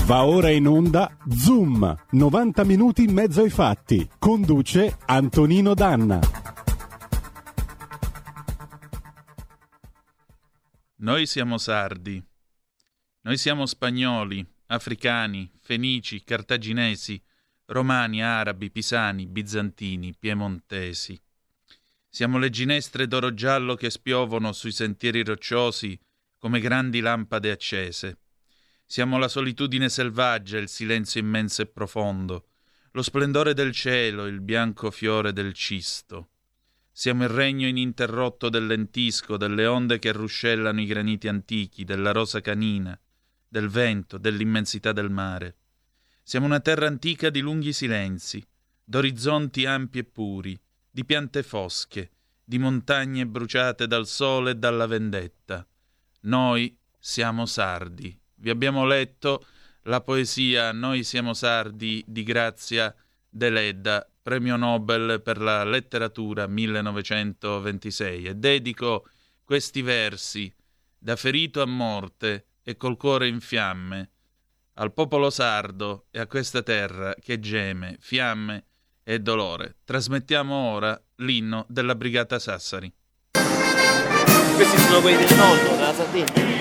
Va ora in onda Zoom, 90 minuti in mezzo ai fatti. Conduce Antonino Danna. Noi siamo sardi, noi siamo spagnoli, africani, fenici, cartaginesi, romani, arabi, pisani, bizantini, piemontesi. Siamo le ginestre d'oro giallo che spiovono sui sentieri rocciosi come grandi lampade accese. Siamo la solitudine selvaggia, il silenzio immenso e profondo, lo splendore del cielo, il bianco fiore del cisto. Siamo il regno ininterrotto del lentisco, delle onde che ruscellano i graniti antichi, della rosa canina, del vento, dell'immensità del mare. Siamo una terra antica di lunghi silenzi, d'orizzonti ampi e puri, di piante fosche, di montagne bruciate dal sole e dalla vendetta. Noi siamo sardi. Vi abbiamo letto la poesia Noi siamo sardi di Grazia Deledda, premio Nobel per la letteratura 1926, e dedico questi versi da ferito a morte e col cuore in fiamme al popolo sardo e a questa terra che geme, fiamme e dolore. Trasmettiamo ora l'inno della Brigata Sassari. Questi sono quelli del nonno, della Sardegna.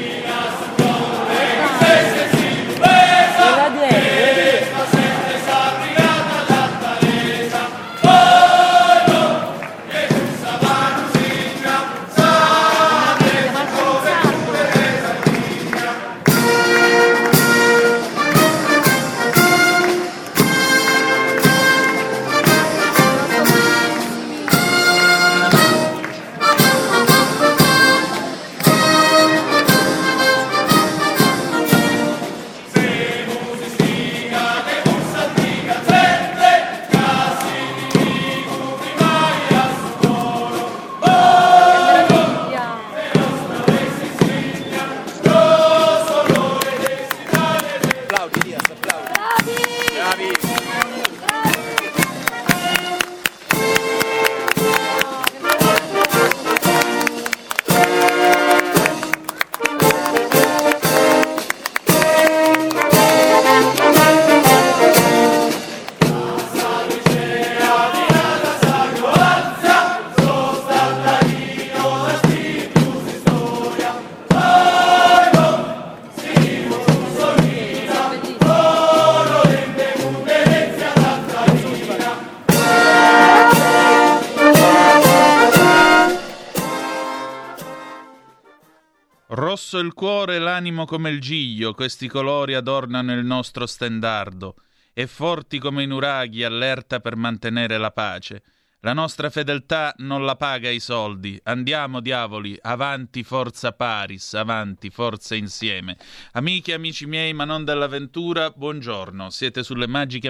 Rosso il cuore e l'animo come il giglio, questi colori adornano il nostro stendardo, e forti come i nuraghi, allerta per mantenere la pace. La nostra fedeltà non la paga i soldi. Andiamo, diavoli, avanti forza Paris, avanti forza insieme. Amiche e amici miei, ma non dell'avventura, buongiorno. Siete sulle magiche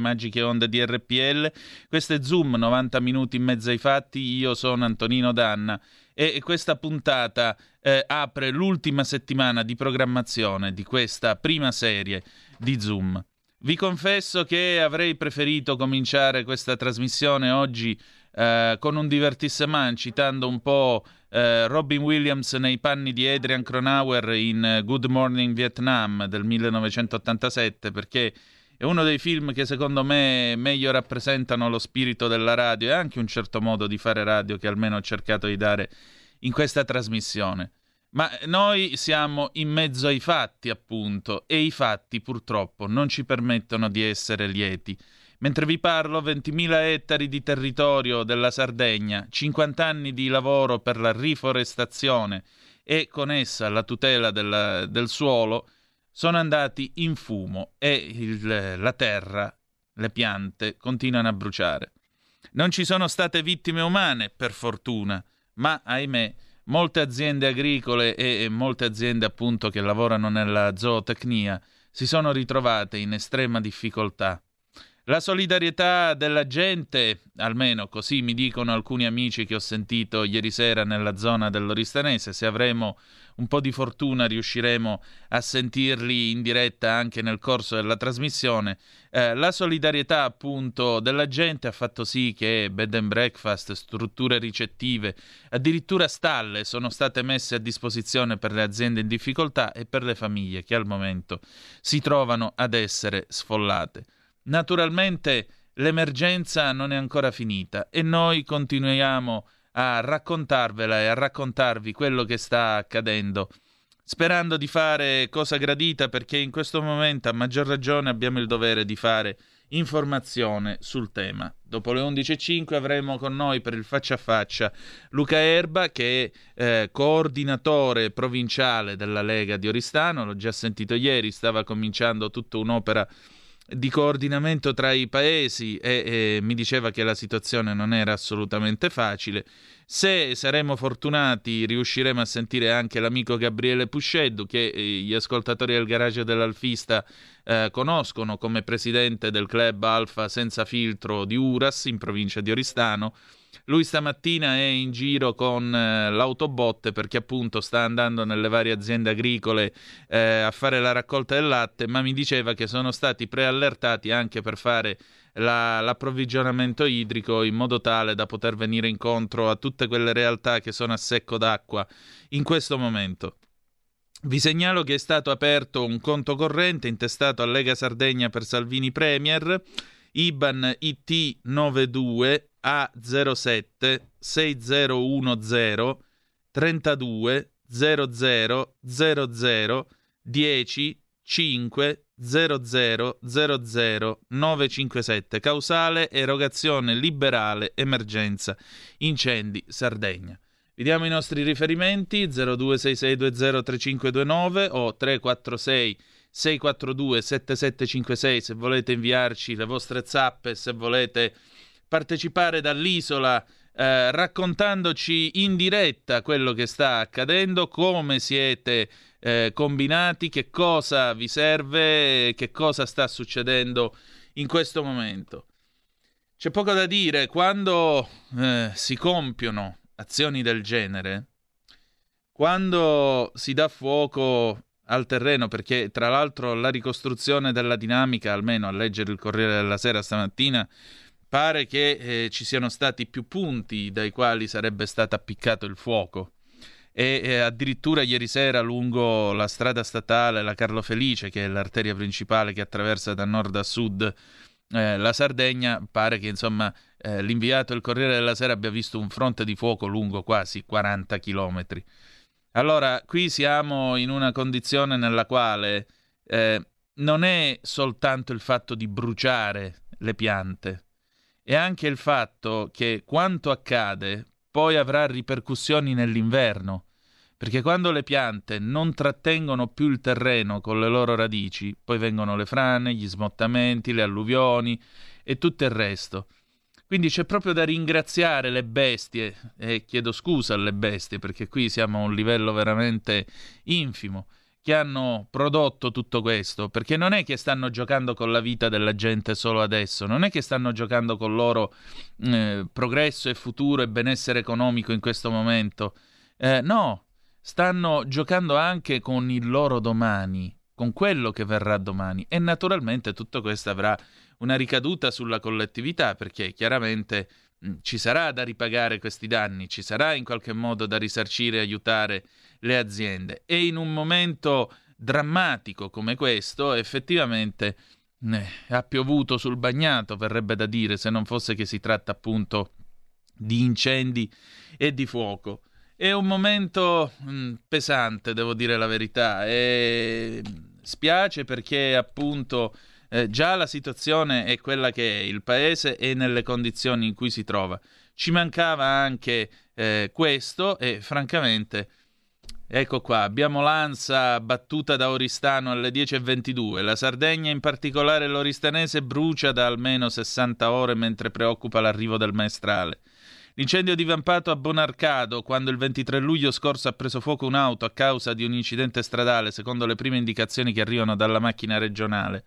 onde di RPL. Questo è Zoom, 90 minuti in mezzo ai fatti. Io sono Antonino Danna e questa puntata apre l'ultima settimana di programmazione di questa prima serie di Zoom. Vi confesso che avrei preferito cominciare questa trasmissione oggi con un divertissement, citando un po' Robin Williams nei panni di Adrian Cronauer in Good Morning Vietnam del 1987, perché è uno dei film che secondo me meglio rappresentano lo spirito della radio e anche un certo modo di fare radio che almeno ho cercato di dare in questa trasmissione. Ma noi siamo in mezzo ai fatti, appunto, e i fatti purtroppo non ci permettono di essere lieti. Mentre vi parlo, 20.000 ettari di territorio della Sardegna, 50 anni di lavoro per la riforestazione e con essa la tutela del suolo sono andati in fumo e la terra, le piante continuano a bruciare. Non ci sono state vittime umane, per fortuna, ma ahimè molte aziende agricole e molte aziende appunto che lavorano nella zootecnia si sono ritrovate in estrema difficoltà. La solidarietà della gente, almeno così mi dicono alcuni amici che ho sentito ieri sera nella zona dell'Oristanese, se avremo un po' di fortuna riusciremo a sentirli in diretta anche nel corso della trasmissione. La solidarietà appunto della gente ha fatto sì che bed and breakfast, strutture ricettive, addirittura stalle sono state messe a disposizione per le aziende in difficoltà e per le famiglie che al momento si trovano ad essere sfollate. Naturalmente l'emergenza non è ancora finita e noi continuiamo a raccontarvela e a raccontarvi quello che sta accadendo, sperando di fare cosa gradita, perché in questo momento a maggior ragione abbiamo il dovere di fare informazione sul tema. Dopo le 11.05 avremo con noi per il faccia a faccia Luca Erba, che è coordinatore provinciale della Lega di Oristano. L'ho già sentito ieri, stava cominciando tutta un'opera di coordinamento tra i paesi e mi diceva che la situazione non era assolutamente facile. Se saremo fortunati riusciremo a sentire anche l'amico Gabriele Pusceddu, che gli ascoltatori del Garage dell'Alfista conoscono come presidente del club Alfa Senza Filtro di Uras in provincia di Oristano. Lui stamattina è in giro con l'autobotte perché appunto sta andando nelle varie aziende agricole a fare la raccolta del latte, ma mi diceva che sono stati preallertati anche per fare l'approvvigionamento idrico in modo tale da poter venire incontro a tutte quelle realtà che sono a secco d'acqua in questo momento. Vi segnalo che è stato aperto un conto corrente intestato a Lega Sardegna per Salvini Premier, IBAN IT 92 A07 6010 32 00 00 10 5 00 00 957. Causale erogazione liberale emergenza incendi Sardegna. Vi diamo i nostri riferimenti 0266203529 o 346 642 7756 se volete inviarci le vostre zappe, se volete partecipare dall'isola raccontandoci in diretta quello che sta accadendo, come siete combinati, che cosa vi serve, che cosa sta succedendo in questo momento. C'è poco da dire, quando si compiono azioni del genere, quando si dà fuoco al terreno, perché tra l'altro la ricostruzione della dinamica, almeno a leggere il Corriere della Sera stamattina, pare che ci siano stati più punti dai quali sarebbe stato appiccato il fuoco e addirittura ieri sera lungo la strada statale, la Carlo Felice, che è l'arteria principale che attraversa da nord a sud la Sardegna, pare che insomma l'inviato del Corriere della Sera abbia visto un fronte di fuoco lungo quasi 40 chilometri. Allora, qui siamo in una condizione nella quale non è soltanto il fatto di bruciare le piante, è anche il fatto che quanto accade poi avrà ripercussioni nell'inverno, perché quando le piante non trattengono più il terreno con le loro radici, poi vengono le frane, gli smottamenti, le alluvioni e tutto il resto. Quindi c'è proprio da ringraziare le bestie, e chiedo scusa alle bestie perché qui siamo a un livello veramente infimo, che hanno prodotto tutto questo, perché non è che stanno giocando con la vita della gente solo adesso, non è che stanno giocando con il loro progresso e futuro e benessere economico in questo momento, no, stanno giocando anche con il loro domani, con quello che verrà domani, e naturalmente tutto questo avrà una ricaduta sulla collettività, perché chiaramente ci sarà da ripagare questi danni, ci sarà in qualche modo da risarcire e aiutare le aziende, e in un momento drammatico come questo effettivamente ha piovuto sul bagnato, verrebbe da dire, se non fosse che si tratta appunto di incendi e di fuoco. È un momento pesante, devo dire la verità, e spiace perché appunto già la situazione è quella che è, il paese è nelle condizioni in cui si trova. Ci mancava anche questo e francamente, ecco qua, abbiamo l'ANSA battuta da Oristano alle 10:22. La Sardegna, in particolare l'oristanese, brucia da almeno 60 ore mentre preoccupa l'arrivo del maestrale. L'incendio divampato a Bonarcado, quando il 23 luglio scorso ha preso fuoco un'auto a causa di un incidente stradale, secondo le prime indicazioni che arrivano dalla macchina regionale.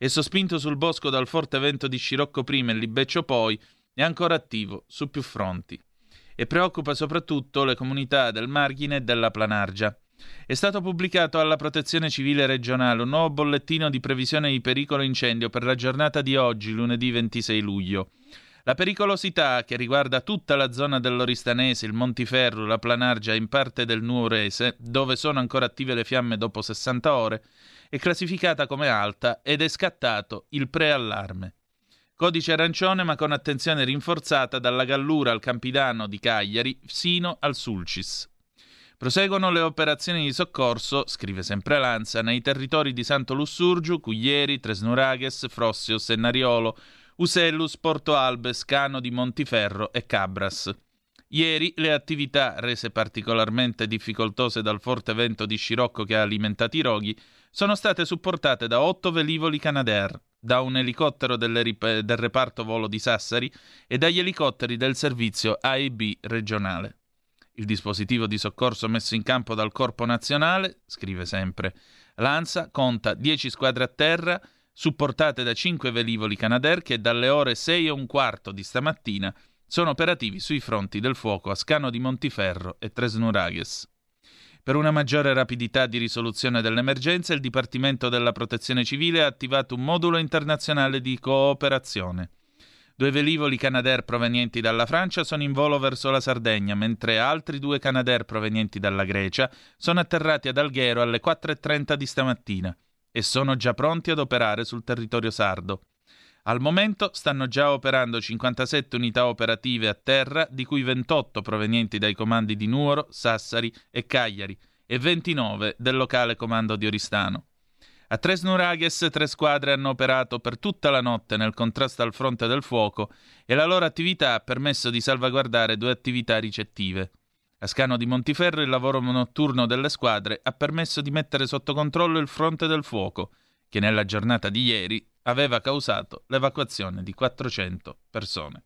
è sospinto sul bosco dal forte vento di scirocco prima e libeccio poi, è ancora attivo su più fronti e preoccupa soprattutto le comunità del Marghine e della Planargia. È stato pubblicato alla Protezione Civile regionale un nuovo bollettino di previsione di pericolo incendio per la giornata di oggi, lunedì 26 luglio. La pericolosità, che riguarda tutta la zona dell'Oristanese, il Montiferru, la Planargia e in parte del Nuorese, dove sono ancora attive le fiamme dopo 60 ore, è classificata come alta ed è scattato il preallarme. Codice arancione ma con attenzione rinforzata dalla Gallura al Campidano di Cagliari sino al Sulcis. Proseguono le operazioni di soccorso, scrive sempre l'ANSA, nei territori di Santo Lussurgiu, Cuglieri, Tresnuraghes, Frossio, Sennariolo, Usellus, Porto Albes, Cano di Montiferro e Cabras. Ieri le attività, rese particolarmente difficoltose dal forte vento di scirocco che ha alimentato i roghi, sono state supportate da 8 velivoli Canadair, da un elicottero del reparto volo di Sassari e dagli elicotteri del servizio A&B regionale. Il dispositivo di soccorso messo in campo dal Corpo Nazionale, scrive sempre l'ANSA, conta 10 squadre a terra, supportate da 5 velivoli Canadair che dalle ore 6:15 di stamattina sono operativi sui fronti del fuoco a Scano di Montiferro e Tresnuraghes. Per una maggiore rapidità di risoluzione dell'emergenza, il Dipartimento della Protezione Civile ha attivato un modulo internazionale di cooperazione. 2 velivoli Canadair provenienti dalla Francia sono in volo verso la Sardegna, mentre altri 2 Canadair provenienti dalla Grecia sono atterrati ad Alghero alle 4:30 di stamattina e sono già pronti ad operare sul territorio sardo. Al momento stanno già operando 57 unità operative a terra, di cui 28 provenienti dai comandi di Nuoro, Sassari e Cagliari e 29 del locale comando di Oristano. A Tresnuraghes 3 squadre hanno operato per tutta la notte nel contrasto al fronte del fuoco e la loro attività ha permesso di salvaguardare 2 attività ricettive. A Scano di Montiferro il lavoro notturno delle squadre ha permesso di mettere sotto controllo il fronte del fuoco, che nella giornata di ieri aveva causato l'evacuazione di 400 persone.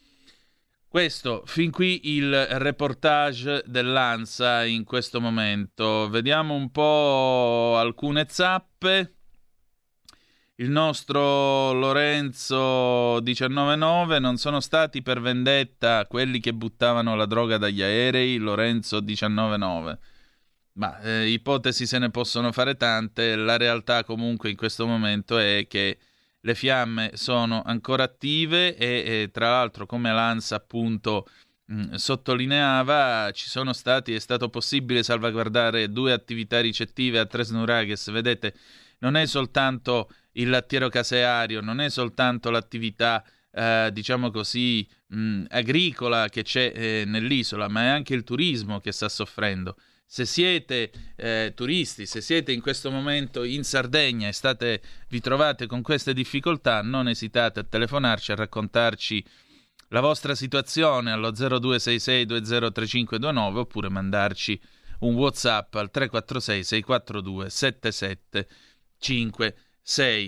Questo, fin qui il reportage dell'ANSA in questo momento. Vediamo un po' alcune zappe. Il nostro Lorenzo 199, non sono stati per vendetta quelli che buttavano la droga dagli aerei, Lorenzo 199. Ma ipotesi se ne possono fare tante, la realtà comunque in questo momento è che le fiamme sono ancora attive e tra l'altro, come l'ANSA appunto sottolineava, è stato possibile salvaguardare 2 attività ricettive a Tresnuraghes. Vedete, non è soltanto il lattiero caseario, non è soltanto l'attività diciamo così agricola che c'è nell'isola, ma è anche il turismo che sta soffrendo. Se siete turisti, se siete in questo momento in Sardegna e vi trovate con queste difficoltà, non esitate a telefonarci, a raccontarci la vostra situazione allo 0266203529 oppure mandarci un WhatsApp al 346 642 7756.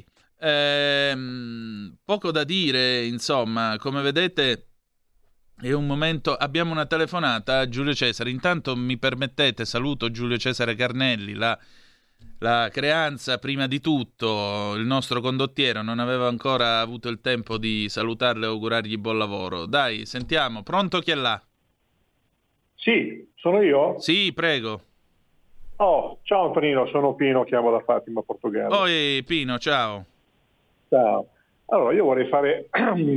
Poco da dire, insomma, come vedete è un momento. Abbiamo una telefonata, Giulio Cesare. Intanto mi permettete, saluto Giulio Cesare Carnelli, la creanza prima di tutto, il nostro condottiero. Non aveva ancora avuto il tempo di salutarlo e augurargli buon lavoro. Dai, sentiamo, pronto, chi è là? Sì, sono io? Sì, prego. Oh, ciao Antonino, sono Pino, chiamo da Fatima, Portogallo. Oi Pino, ciao. Ciao. Allora, io vorrei fare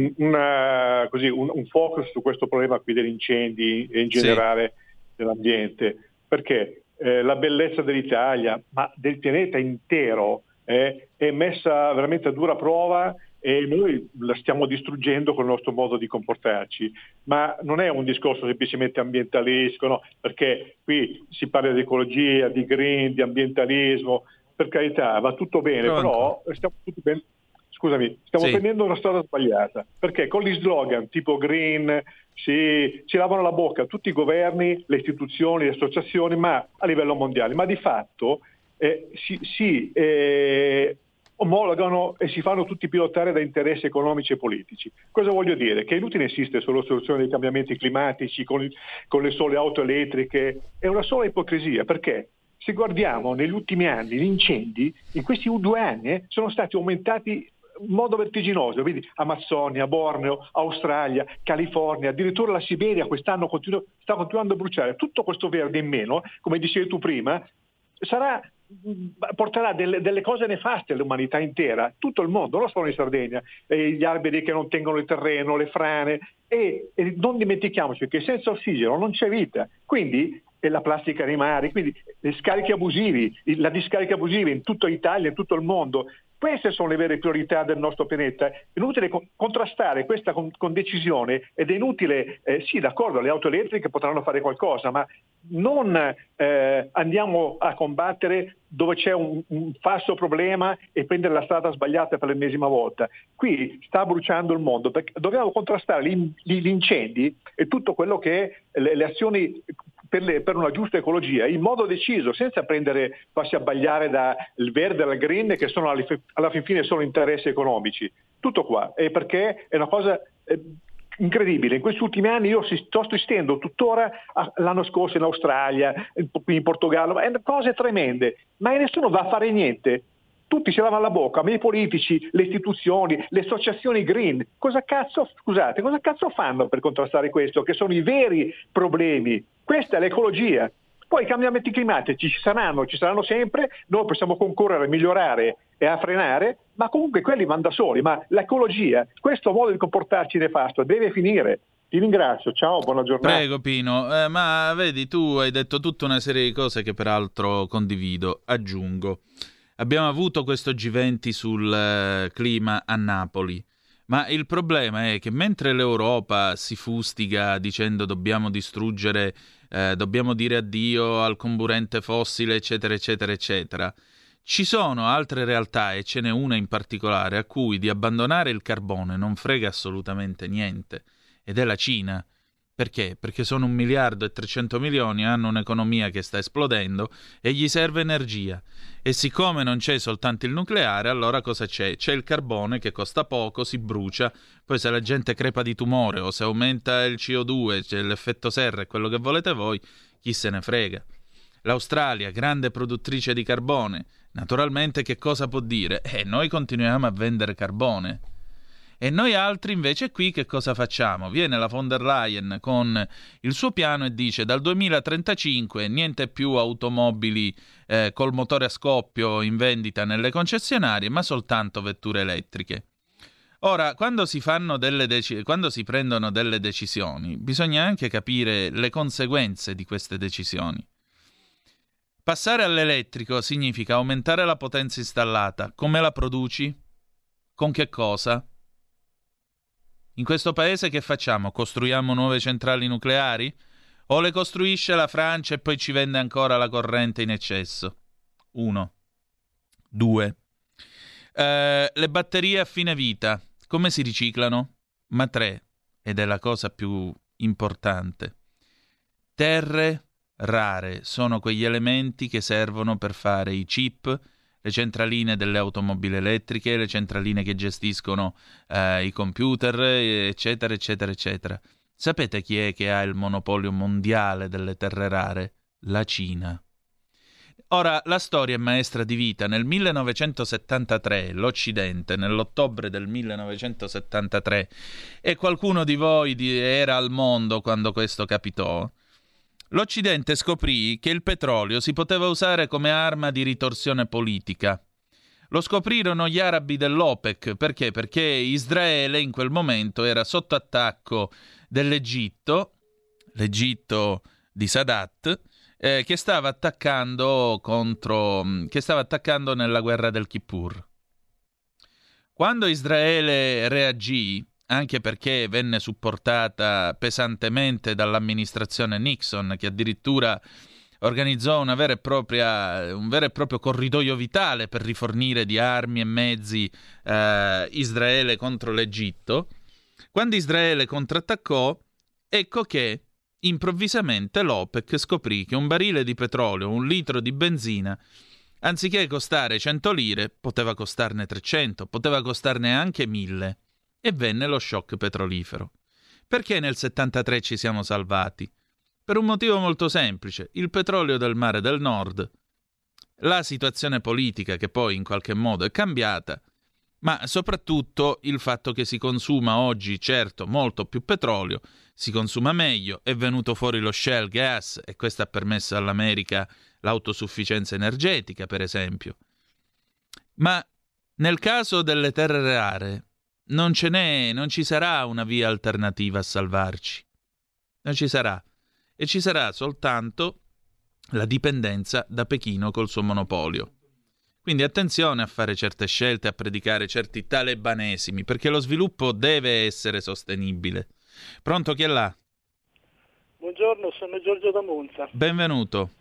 un focus su questo problema qui degli incendi e in generale dell'ambiente, perché la bellezza dell'Italia, ma del pianeta intero, è messa veramente a dura prova e noi la stiamo distruggendo col nostro modo di comportarci. Ma non è un discorso semplicemente ambientalesco, no? Perché qui si parla di ecologia, di green, di ambientalismo, per carità, va tutto bene, però stiamo tutti ben. Scusami, stiamo prendendo una strada sbagliata, perché con gli slogan tipo green ci lavano la bocca tutti i governi, le istituzioni, le associazioni, ma a livello mondiale, ma di fatto si omologano e si fanno tutti pilotare da interessi economici e politici. Cosa voglio dire? Che è inutile insistere sulla soluzione dei cambiamenti climatici con le sole auto elettriche, è una sola ipocrisia, perché se guardiamo negli ultimi anni, gli incendi, in questi 2 anni sono stati aumentati in modo vertiginoso, vedi Amazzonia, Borneo, Australia, California, addirittura la Siberia quest'anno sta continuando a bruciare. Tutto questo verde in meno, come dicevi tu prima, porterà delle cose nefaste all'umanità intera, tutto il mondo, non solo in Sardegna, gli alberi che non tengono il terreno, le frane, e non dimentichiamoci che senza ossigeno non c'è vita, quindi la plastica nei mari, quindi le scariche abusivi, la discarica abusiva in tutta Italia, in tutto il mondo. Queste sono le vere priorità del nostro pianeta. È inutile contrastare questa con decisione, ed è inutile, sì d'accordo, le auto elettriche potranno fare qualcosa, ma non andiamo a combattere dove c'è un falso problema e prendere la strada sbagliata per l'ennesima volta. Qui sta bruciando il mondo, perché dobbiamo contrastare gli incendi e tutto quello che è le azioni per una giusta ecologia in modo deciso, senza farsi abbagliare dal verde e dal green, che sono alla fin fine solo interessi economici. Tutto qua, e perché è una cosa incredibile. In questi ultimi anni io sto assistendo tuttora l'anno scorso in Australia, in Portogallo, cose tremende, ma nessuno va a fare niente. Tutti si lavano la bocca, ma i politici, le istituzioni, le associazioni green, cosa cazzo fanno per contrastare questo? Che sono i veri problemi. Questa è l'ecologia. Poi i cambiamenti climatici ci saranno sempre, noi possiamo concorrere a migliorare e a frenare, ma comunque quelli vanno da soli. Ma l'ecologia, questo modo di comportarci nefasto, deve finire. Ti ringrazio, ciao, buona giornata. Prego Pino, ma vedi, tu hai detto tutta una serie di cose che peraltro condivido. Aggiungo, abbiamo avuto questo G20 sul clima a Napoli, ma il problema è che mentre l'Europa si fustiga dicendo dobbiamo distruggere, dobbiamo dire addio al comburente fossile, eccetera, eccetera, eccetera, ci sono altre realtà, e ce n'è una in particolare, a cui di abbandonare il carbone non frega assolutamente niente, ed è la Cina. Perché? Perché sono 1 miliardo e 300 milioni, hanno un'economia che sta esplodendo e gli serve energia. E siccome non c'è soltanto il nucleare, allora cosa c'è? C'è il carbone che costa poco, si brucia, poi se la gente crepa di tumore o se aumenta il CO2, c'è l'effetto serra e quello che volete voi, chi se ne frega. L'Australia, grande produttrice di carbone, naturalmente che cosa può dire? Noi continuiamo a vendere carbone. E noi altri invece qui che cosa facciamo? Viene la von der Leyen con il suo piano e dice dal 2035 niente più automobili col motore a scoppio in vendita nelle concessionarie, ma soltanto vetture elettriche. Ora, quando si prendono delle decisioni, bisogna anche capire le conseguenze di queste decisioni. Passare all'elettrico significa aumentare la potenza installata. Come la produci? Con che cosa? In questo paese che facciamo? Costruiamo nuove centrali nucleari? O le costruisce la Francia e poi ci vende ancora la corrente in eccesso? 1. 2. Le batterie a fine vita, come si riciclano? Ma 3, ed è la cosa più importante, terre rare sono quegli elementi che servono per fare i chip, le centraline delle automobili elettriche, le centraline che gestiscono i computer, eccetera, eccetera, eccetera. Sapete chi è che ha il monopolio mondiale delle terre rare? La Cina. Ora, la storia è maestra di vita. Nel 1973, l'Occidente, nell'ottobre del 1973, e qualcuno di voi era al mondo quando questo capitò, l'Occidente scoprì che il petrolio si poteva usare come arma di ritorsione politica. Lo scoprirono gli arabi dell'OPEC. Perché? Perché Israele in quel momento era sotto attacco dell'Egitto, l'Egitto di Sadat, che stava attaccando nella guerra del Kippur. Quando Israele reagì, anche perché venne supportata pesantemente dall'amministrazione Nixon, che addirittura organizzò un vero e proprio corridoio vitale per rifornire di armi e mezzi Israele contro l'Egitto. Quando Israele contrattaccò, ecco che improvvisamente l'OPEC scoprì che un barile di petrolio, 1 litro di benzina, anziché costare 100 lire, poteva costarne 300, poteva costarne anche 1000. E venne lo shock petrolifero. Perché nel 73 ci siamo salvati? Per un motivo molto semplice. Il petrolio del Mare del Nord la situazione politica che poi in qualche modo è cambiata, ma soprattutto il fatto che si consuma oggi, certo, molto più petrolio, si consuma meglio, è venuto fuori lo shale gas e questo ha permesso all'America l'autosufficienza energetica, per esempio. Ma nel caso delle terre rare non ci sarà una via alternativa a salvarci. Non ci sarà. E ci sarà soltanto la dipendenza da Pechino col suo monopolio. Quindi attenzione a fare certe scelte, a predicare certi talebanesimi, perché lo sviluppo deve essere sostenibile. Pronto, chi è là? Buongiorno, sono Giorgio da Monza. Benvenuto.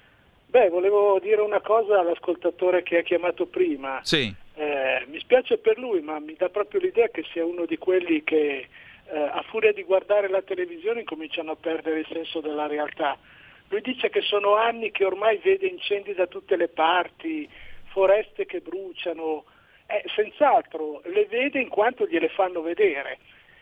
Volevo dire una cosa all'ascoltatore che ha chiamato prima. Sì. Mi spiace per lui, ma mi dà proprio l'idea che sia uno di quelli che a furia di guardare la televisione cominciano a perdere il senso della realtà. Lui dice che sono anni che ormai vede incendi da tutte le parti, foreste che bruciano, senz'altro le vede in quanto gliele fanno vedere.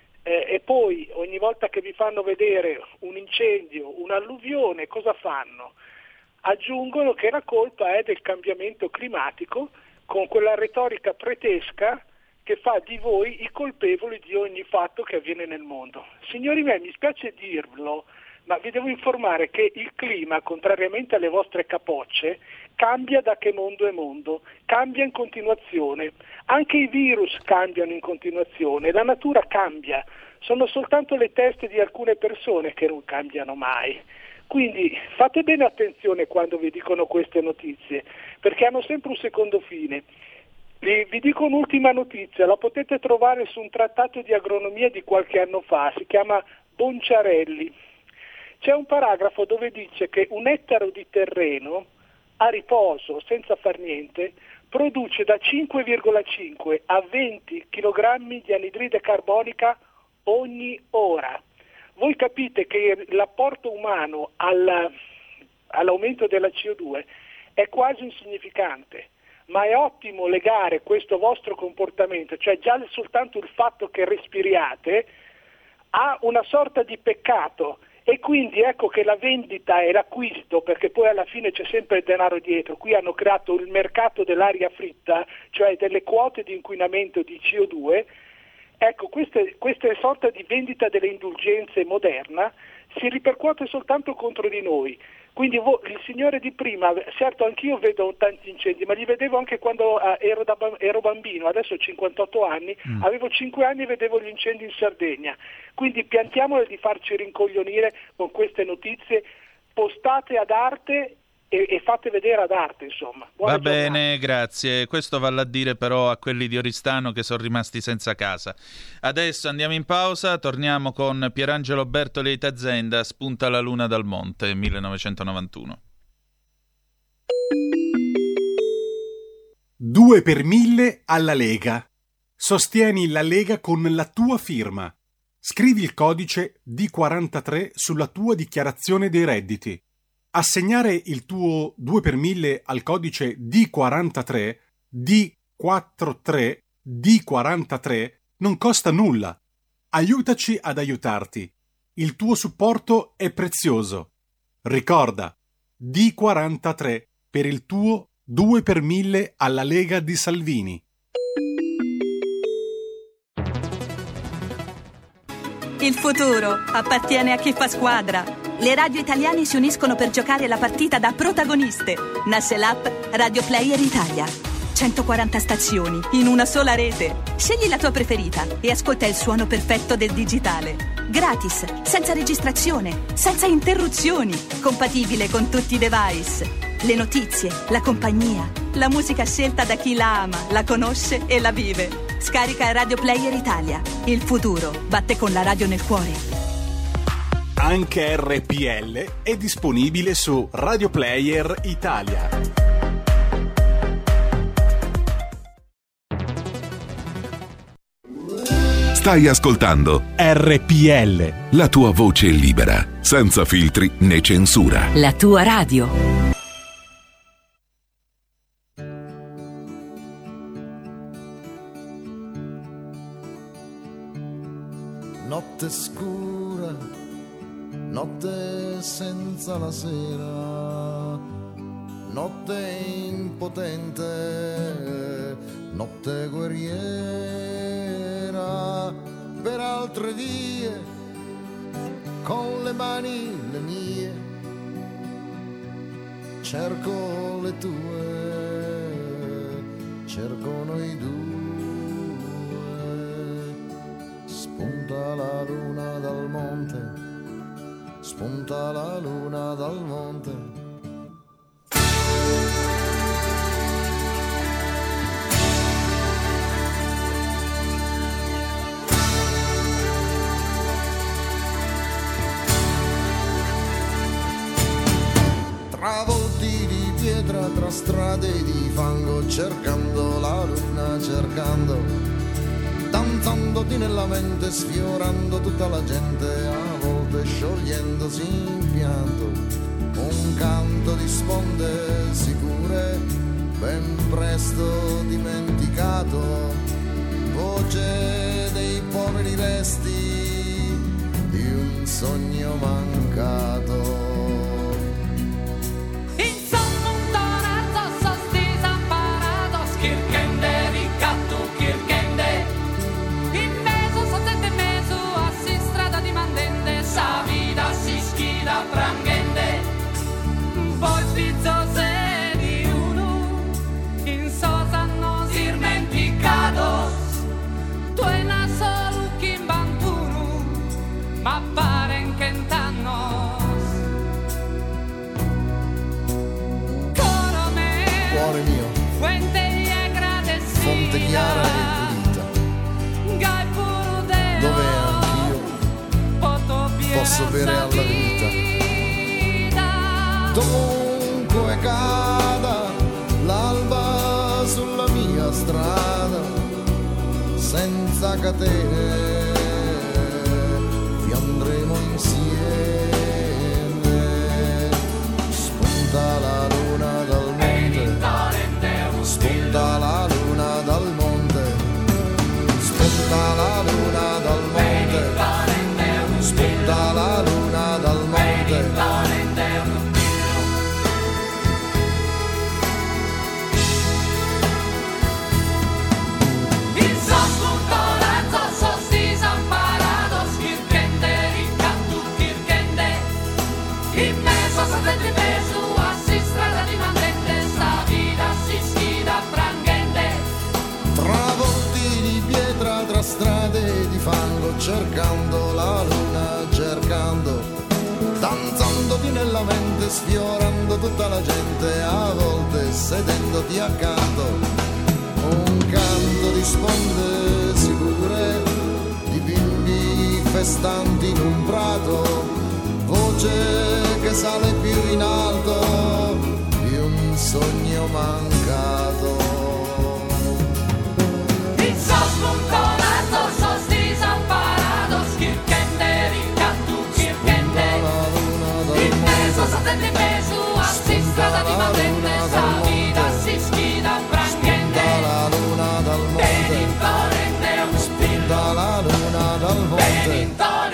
E poi ogni volta che vi fanno vedere un incendio, un'alluvione, cosa fanno? Aggiungono che la colpa è del cambiamento climatico, con quella retorica pretesca che fa di voi i colpevoli di ogni fatto che avviene nel mondo. Signori miei, mi spiace dirlo, ma vi devo informare che il clima, contrariamente alle vostre capocce, cambia da che mondo è mondo, cambia in continuazione. Anche i virus cambiano in continuazione, la natura cambia. Sono soltanto le teste di alcune persone che non cambiano mai. Quindi fate bene attenzione quando vi dicono queste notizie, perché hanno sempre un secondo fine. Vi dico un'ultima notizia, la potete trovare su un trattato di agronomia di qualche anno fa, si chiama Bonciarelli. C'è un paragrafo dove dice che un ettaro di terreno a riposo, senza far niente, produce da 5,5 a 20 kg di anidride carbonica ogni ora. Voi capite che l'apporto umano all'aumento della CO2 è quasi insignificante, ma è ottimo legare questo vostro comportamento, cioè già soltanto il fatto che respiriate, a una sorta di peccato. E quindi ecco che la vendita e l'acquisto, perché poi alla fine c'è sempre il denaro dietro, qui hanno creato il mercato dell'aria fritta, cioè delle quote di inquinamento di CO2, ecco questa sorta di vendita delle indulgenze moderna si ripercuote soltanto contro di noi. Quindi il signore di prima, certo anch'io vedo tanti incendi, ma li vedevo anche quando ero bambino, adesso ho 58 anni, avevo 5 anni e vedevo gli incendi in Sardegna. Quindi piantiamole di farci rincoglionire con queste notizie postate ad arte e fate vedere ad arte, insomma. Buona Va giornata. bene, grazie. Questo vale a dire però a quelli di Oristano che sono rimasti senza casa. Adesso andiamo in pausa, torniamo con Pierangelo Bertoli e Itazenda, Spunta la luna dal monte, 1991. 2 per 1000 alla Lega. Sostieni la Lega con la tua firma. Scrivi il codice D43 sulla tua dichiarazione dei redditi. Assegnare il tuo 2 per 1000 al codice D43, D43, D43 non costa nulla. Aiutaci ad aiutarti. Il tuo supporto è prezioso. Ricorda, D43 per il tuo 2 per 1000 alla Lega di Salvini. Il futuro appartiene a chi fa squadra. Le radio italiane si uniscono per giocare la partita da protagoniste. Nasce l'app Radio Player Italia. 140 stazioni in una sola rete. Scegli la tua preferita e ascolta il suono perfetto del digitale. Gratis, senza registrazione, senza interruzioni. Compatibile con tutti i device. Le notizie, la compagnia, la musica scelta da chi la ama, la conosce e la vive. Scarica Radio Player Italia. Il futuro batte con la radio nel cuore. Anche RPL è disponibile su Radio Player Italia. Stai ascoltando RPL, la tua voce libera, senza filtri né censura. La tua radio. Notte scura, notte senza la sera, notte impotente, notte guerriera, per altre vie, con le mani le mie, cerco le tue, cerco noi due, spunta la luna dal monte, spunta la luna dal monte. Travolti di pietra tra strade di fango, cercando la luna, cercando, danzandoti nella mente, sfiorando tutta la gente, a volte sciogliendosi in pianto, un canto di sponde sicure, ben presto dimenticato, voce dei poveri resti di un sogno mancato. Fonte chiara e pulita, dove anch'io posso bere alla vita. Dovunque cada l'alba sulla mia strada, senza catene vi andremo insieme. Spunta la luna dal monte, spunta la luna dal monte, spunta la luna dal monte, spunta la luna dal monte. Il sospuntolenzo sos disamparados, kirkende riccantu kirkende, in mezzo satellite mesu, assi strada di mandente, sta vita si schida prangende. Travolti di pietra tra strade di fango, cercando la luna, cercando, danzandoti nella mente, sfiorando tutta la gente, a volte sedendoti accanto, un canto di sponde sicure, di bimbi festanti in un prato, voce che sale più in alto di un sogno mancato. Il sospuntolenzo sos disamparados, kirkende riccantu kirkende, in mezzo satellite mesu, assi strada di mandente, sta vita si schida prangende. La luna dal monte, spunta la luna dal monte.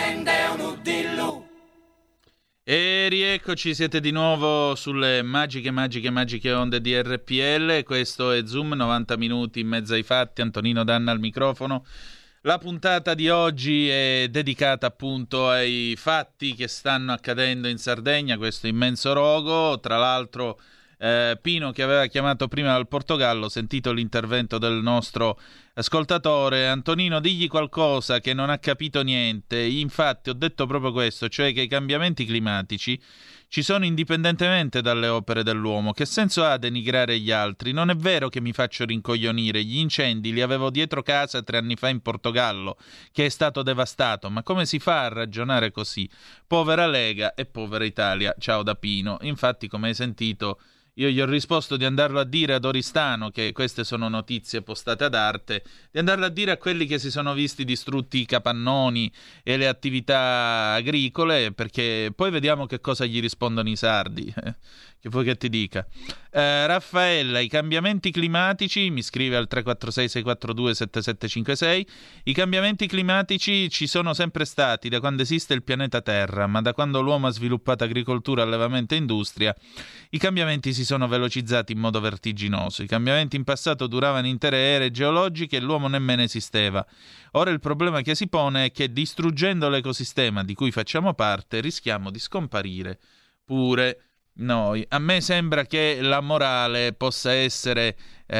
E rieccoci, siete di nuovo sulle magiche onde di RPL. Questo è Zoom, 90 minuti in mezzo ai fatti. Antonino Danna al microfono. La puntata di oggi è dedicata appunto ai fatti che stanno accadendo in Sardegna, questo immenso rogo. Tra l'altro Pino, che aveva chiamato prima dal Portogallo, sentito l'intervento del nostro ascoltatore. Antonino, digli qualcosa che non ha capito niente. Infatti ho detto proprio questo, cioè che i cambiamenti climatici ci sono indipendentemente dalle opere dell'uomo. Che senso ha denigrare gli altri? Non è vero che mi faccio rincoglionire. Gli incendi li avevo dietro casa 3 anni fa in Portogallo, che è stato devastato. Ma come si fa a ragionare così? Povera Lega e povera Italia. Ciao da Pino. Infatti, come hai sentito, io gli ho risposto di andarlo a dire ad Oristano, che queste sono notizie postate ad arte, di andarlo a dire a quelli che si sono visti distrutti i capannoni e le attività agricole, perché poi vediamo che cosa gli rispondono i sardi, che vuoi che ti dica. Raffaella, i cambiamenti climatici, mi scrive al 346-642-7756, i cambiamenti climatici ci sono sempre stati da quando esiste il pianeta Terra, ma da quando l'uomo ha sviluppato agricoltura, allevamento e industria, i cambiamenti si sono velocizzati in modo vertiginoso. I cambiamenti in passato duravano intere ere geologiche e l'uomo nemmeno esisteva. Ora il problema che si pone è che distruggendo l'ecosistema di cui facciamo parte rischiamo di scomparire pure noi. A me sembra che la morale possa essere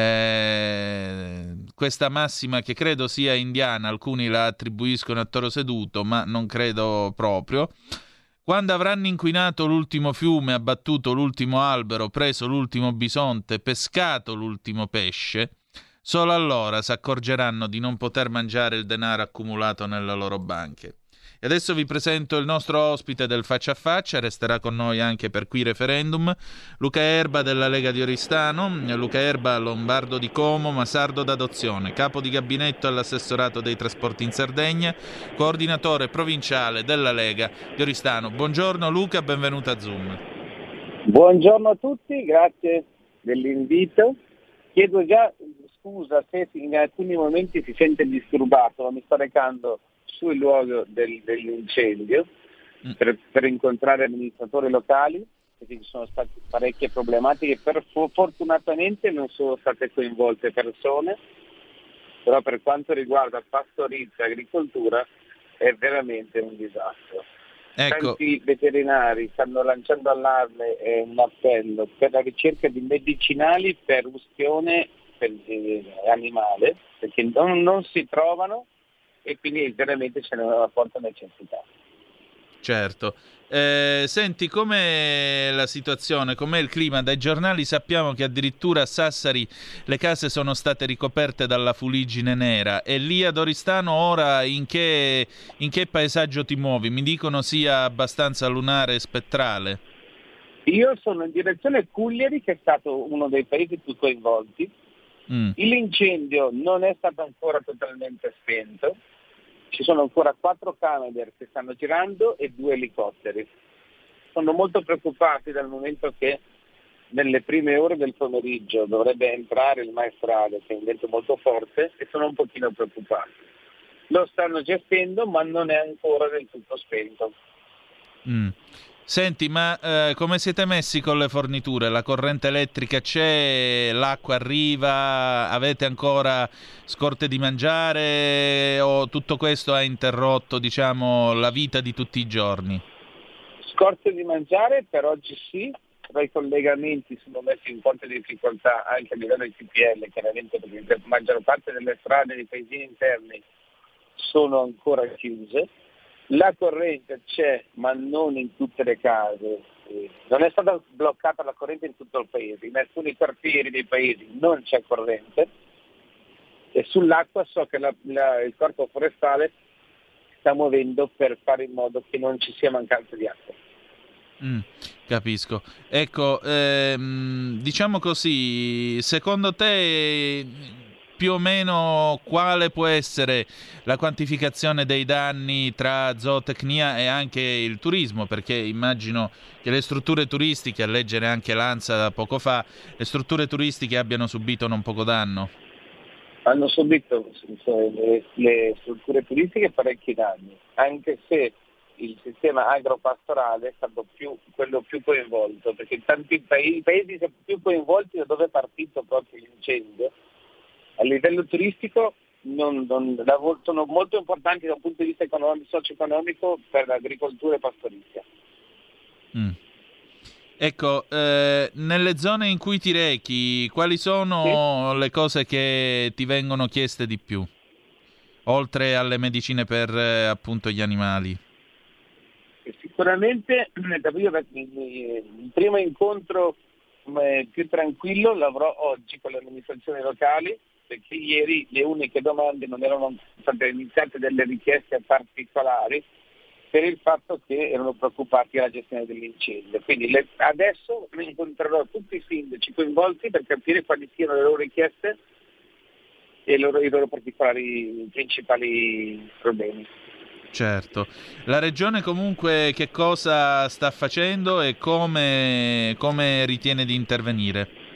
questa massima che credo sia indiana, alcuni la attribuiscono a toro seduto, ma non credo proprio. Quando avranno inquinato l'ultimo fiume, abbattuto l'ultimo albero, preso l'ultimo bisonte, pescato l'ultimo pesce, solo allora si accorgeranno di non poter mangiare il denaro accumulato nelle loro banche. E adesso vi presento il nostro ospite del Faccia a Faccia, resterà con noi anche per Qui Referendum, Luca Erba della Lega di Oristano. Luca Erba, lombardo di Como, ma sardo d'adozione, capo di gabinetto all'assessorato dei trasporti in Sardegna, coordinatore provinciale della Lega di Oristano. Buongiorno Luca, benvenuto a Zoom. Buongiorno a tutti, grazie dell'invito. Chiedo già scusa se in alcuni momenti si sente disturbato, ma mi sto recando sul luogo dell'incendio per incontrare amministratori locali, perché ci sono state parecchie problematiche. Fortunatamente non sono state coinvolte persone, però per quanto riguarda pastorizia e agricoltura è veramente un disastro. Ecco. Tanti veterinari stanno lanciando allarme e un appello per la ricerca di medicinali per ustione animale, perché non si trovano, e quindi veramente ce n'è una forte necessità. Certo. Senti, com'è la situazione, com'è il clima? Dai giornali sappiamo che addirittura a Sassari le case sono state ricoperte dalla fuliggine nera, e lì ad Oristano ora in che paesaggio ti muovi? Mi dicono sia abbastanza lunare e spettrale. Io sono in direzione Cugliari, che è stato uno dei paesi più coinvolti. L'incendio non è stato ancora totalmente spento. Ci sono ancora 4 Canadair che stanno girando e 2 elicotteri. Sono molto preoccupati dal momento che nelle prime ore del pomeriggio dovrebbe entrare il maestrale, che è un vento molto forte, e sono un pochino preoccupati. Lo stanno gestendo, ma non è ancora del tutto spento. Senti, ma come siete messi con le forniture? La corrente elettrica c'è? L'acqua arriva? Avete ancora scorte di mangiare? O tutto questo ha interrotto, diciamo, la vita di tutti i giorni? Scorte di mangiare per oggi sì, però i collegamenti sono messi in forte difficoltà anche a livello di TPL, chiaramente, perché la maggior parte delle strade dei paesini interni sono ancora chiuse. La corrente c'è, ma non in tutte le case. Non è stata bloccata la corrente in tutto il paese. In alcuni quartieri dei paesi non c'è corrente. E sull'acqua so che il corpo forestale sta muovendo per fare in modo che non ci sia mancanza di acqua. Capisco. Ecco, diciamo così, secondo te più o meno quale può essere la quantificazione dei danni tra zootecnia e anche il turismo? Perché immagino che le strutture turistiche, a leggere anche l'ANSA poco fa, le strutture turistiche abbiano subito non poco danno. Hanno subito le strutture turistiche parecchi danni, anche se il sistema agropastorale è stato quello più coinvolto, perché tanti paesi sono più coinvolti da dove è partito proprio l'incendio. A livello turistico sono molto importanti da un punto di vista socio-economico per l'agricoltura e pastorizia. Ecco, nelle zone in cui ti rechi, quali sono le cose che ti vengono chieste di più, oltre alle medicine per appunto gli animali? Sicuramente il primo incontro più tranquillo l'avrò oggi con le amministrazioni locali, perché ieri le uniche domande non erano state iniziate delle richieste particolari per il fatto che erano preoccupati alla gestione dell'incendio. Quindi adesso incontrerò tutti i sindaci coinvolti per capire quali siano le loro richieste e i loro principali problemi. Certo. La Regione comunque che cosa sta facendo e come ritiene di intervenire?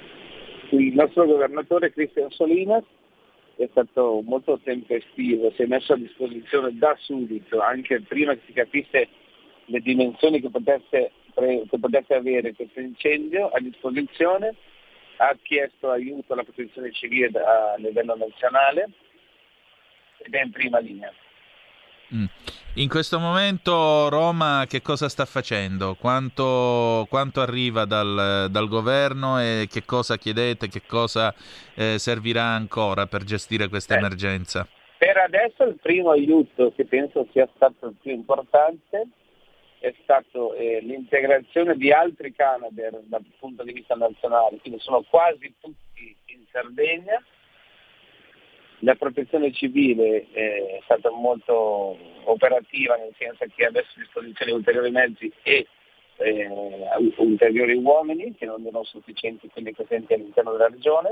Il nostro governatore Cristian Solinas è stato molto tempestivo, si è messo a disposizione da subito, anche prima che si capisse le dimensioni che potesse avere questo incendio, a disposizione, ha chiesto aiuto alla protezione civile a livello nazionale ed è in prima linea. In questo momento Roma che cosa sta facendo? Quanto arriva dal governo e che cosa chiedete, che cosa servirà ancora per gestire questa emergenza? Per adesso il primo aiuto, che penso sia stato il più importante, è stato l'integrazione di altri Canadair dal punto di vista nazionale, quindi sono quasi tutti in Sardegna. La protezione civile è stata molto operativa, nel senso che ha messo a disposizione ulteriori mezzi e ulteriori uomini, che non erano sufficienti quelli presenti all'interno della regione,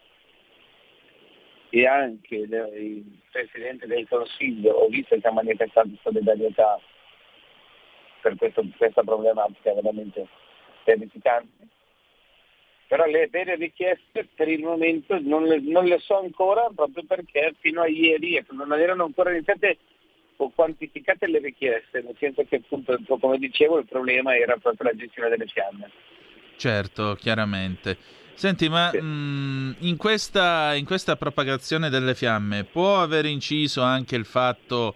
e anche il Presidente del Consiglio ho visto che ha manifestato solidarietà per questa problematica veramente terrificante. Però le vere richieste per il momento non le so ancora, proprio perché fino a ieri non erano ancora iniziate o quantificate le richieste, nel senso che appunto, come dicevo, il problema era proprio la gestione delle fiamme. Certo, chiaramente. Senti, ma in questa propagazione delle fiamme può aver inciso anche il fatto...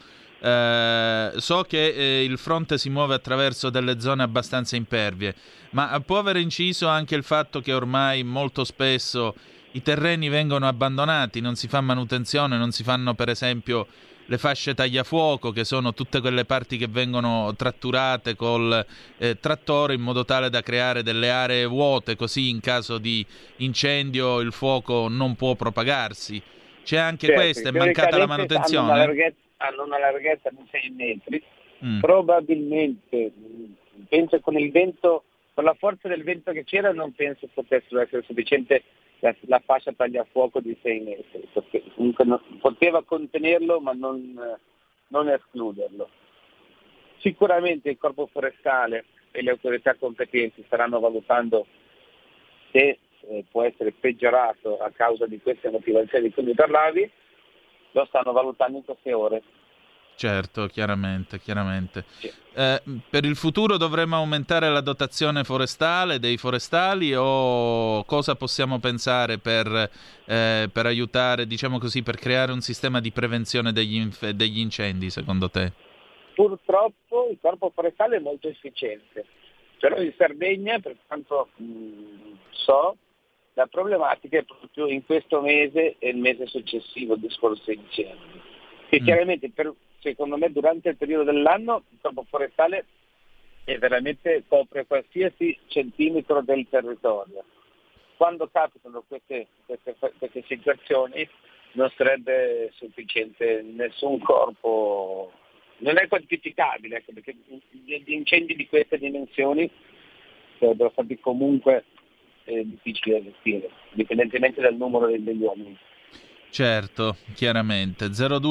so che il fronte si muove attraverso delle zone abbastanza impervie, ma può aver inciso anche il fatto che ormai molto spesso i terreni vengono abbandonati, non si fa manutenzione, non si fanno per esempio le fasce tagliafuoco, che sono tutte quelle parti che vengono tratturate col trattore in modo tale da creare delle aree vuote, così in caso di incendio il fuoco non può propagarsi. C'è anche questa, è mancata la manutenzione? Hanno una larghezza di 6 metri, probabilmente, penso con il vento, con la forza del vento che c'era, non penso potesse essere sufficiente la fascia tagliafuoco di 6 metri, perché comunque poteva contenerlo ma non escluderlo. Sicuramente il Corpo Forestale e le autorità competenti staranno valutando se può essere peggiorato a causa di queste motivazioni di cui mi parlavi. Lo stanno valutando in queste ore. Certo, chiaramente. Sì. Per il futuro dovremo aumentare la dotazione forestale, dei forestali, o cosa possiamo pensare per aiutare, diciamo così, per creare un sistema di prevenzione degli incendi, secondo te? Purtroppo il Corpo Forestale è molto efficiente, però in Sardegna, per quanto so, la problematica è proprio in questo mese e il mese successivo di scorso incendi. Che chiaramente, secondo me, durante il periodo dell'anno il Corpo Forestale veramente copre qualsiasi centimetro del territorio. Quando capitano queste situazioni non sarebbe sufficiente nessun corpo, non è quantificabile, ecco, perché gli incendi di queste dimensioni sarebbero stati comunque difficili da gestire, indipendentemente dal numero degli uomini. Certo, chiaramente.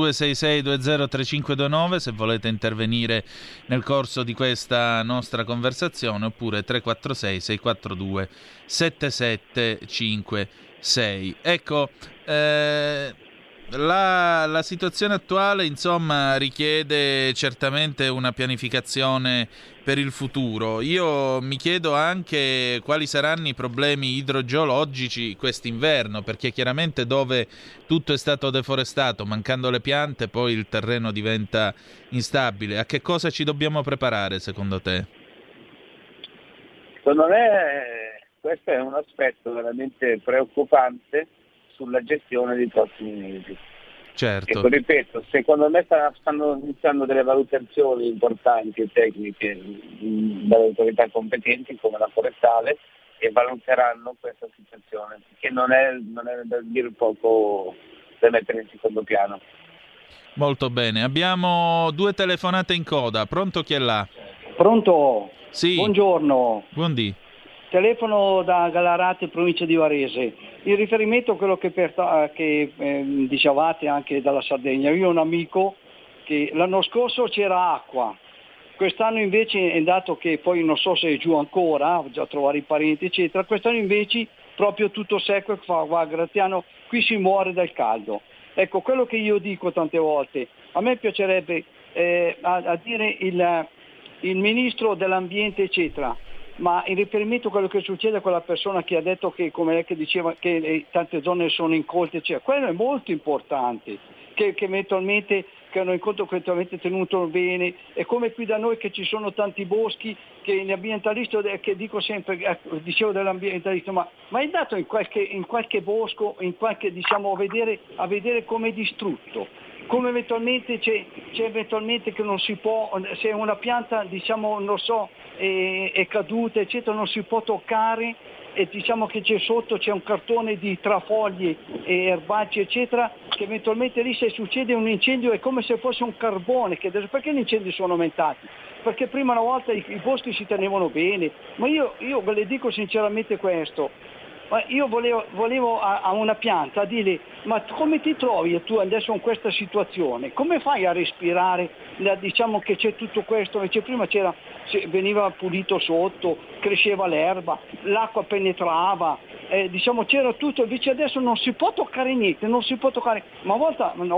0266203529 se volete intervenire nel corso di questa nostra conversazione, oppure 346 642 7756. Ecco, la situazione attuale, insomma, richiede certamente una pianificazione per il futuro. Io mi chiedo anche quali saranno i problemi idrogeologici quest'inverno, perché chiaramente dove tutto è stato deforestato, mancando le piante, poi il terreno diventa instabile. A che cosa ci dobbiamo preparare, secondo te? Secondo me questo è un aspetto veramente preoccupante sulla gestione dei prossimi mesi. Certo. Ecco, ripeto, secondo me stanno iniziando delle valutazioni importanti e tecniche dalle autorità competenti come la forestale, e valuteranno questa situazione, che non è da dire poco da mettere in secondo piano. Molto bene, abbiamo 2 telefonate in coda. Pronto, chi è là? Pronto? Sì. Buongiorno. Buondì. Telefono da Gallarate, provincia di Varese. In riferimento a quello che dicevate anche dalla Sardegna, io ho un amico che l'anno scorso c'era acqua, quest'anno invece è dato che poi non so se è giù ancora, già trovare i parenti eccetera, quest'anno invece proprio tutto secco e fa, guarda Graziano, qui si muore dal caldo. Ecco, quello che io dico tante volte, a me piacerebbe a dire il ministro dell'ambiente eccetera, ma in riferimento a quello che succede a quella persona che ha detto che, come lei che diceva, che tante zone sono incolte, cioè, quello è molto importante, che eventualmente che hanno incontro eventualmente tenuto bene, e come qui da noi che ci sono tanti boschi, che gli ambientalisti, che dico sempre, dicevo dell'ambientalista, ma è dato in qualche bosco, in qualche, diciamo, a vedere come è distrutto, come eventualmente c'è eventualmente che non si può, se una pianta, diciamo, non so, è caduta eccetera, non si può toccare, e diciamo che c'è un cartone di trafogli e erbacci eccetera, che eventualmente lì se succede un incendio è come se fosse un carbone, perché gli incendi sono aumentati? Perché prima una volta i boschi si tenevano bene, ma io ve le dico sinceramente questo, ma io volevo a una pianta a dire, ma come ti trovi tu adesso in questa situazione? Come fai a respirare? Diciamo che c'è tutto questo, invece prima veniva pulito sotto, cresceva l'erba, l'acqua penetrava, diciamo c'era tutto, invece adesso non si può toccare niente, non si può toccare, ma una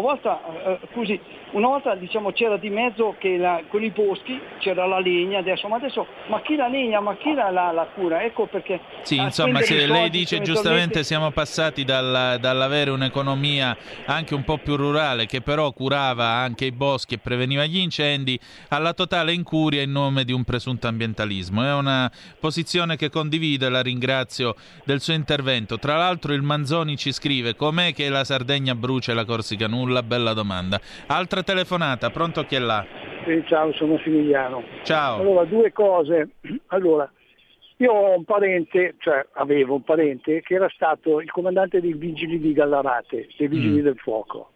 volta diciamo c'era di mezzo che con i boschi c'era la legna, adesso ma chi la legna, ma chi la cura? Ecco perché. Sì, insomma, se lei dice giustamente siamo passati dall'avere un'economia anche un po' più rurale, che però curava anche i boschi e preveniva gli incendi, alla totale incuria in nome di un presunto ambientalismo. È una posizione che condivido e la ringrazio del suo intervento. Tra l'altro il Manzoni ci scrive: com'è che la Sardegna brucia e la Corsica nulla? Bella domanda. Altra telefonata, pronto, chi è là? Sì, ciao, sono Finigliano. Ciao. Allora, due cose. Allora, io ho un parente, cioè avevo un parente che era stato il comandante dei vigili di Gallarate, dei vigili del fuoco.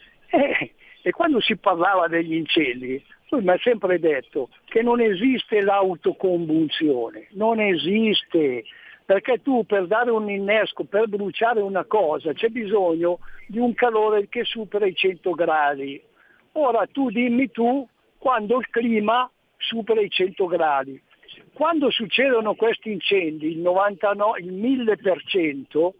E quando si parlava degli incendi, lui mi ha sempre detto che non esiste l'autocombustione, non esiste, perché tu per dare un innesco, per bruciare una cosa, c'è bisogno di un calore che supera i 100 gradi. Ora dimmi quando il clima supera i 100 gradi. Quando succedono questi incendi, il 1000%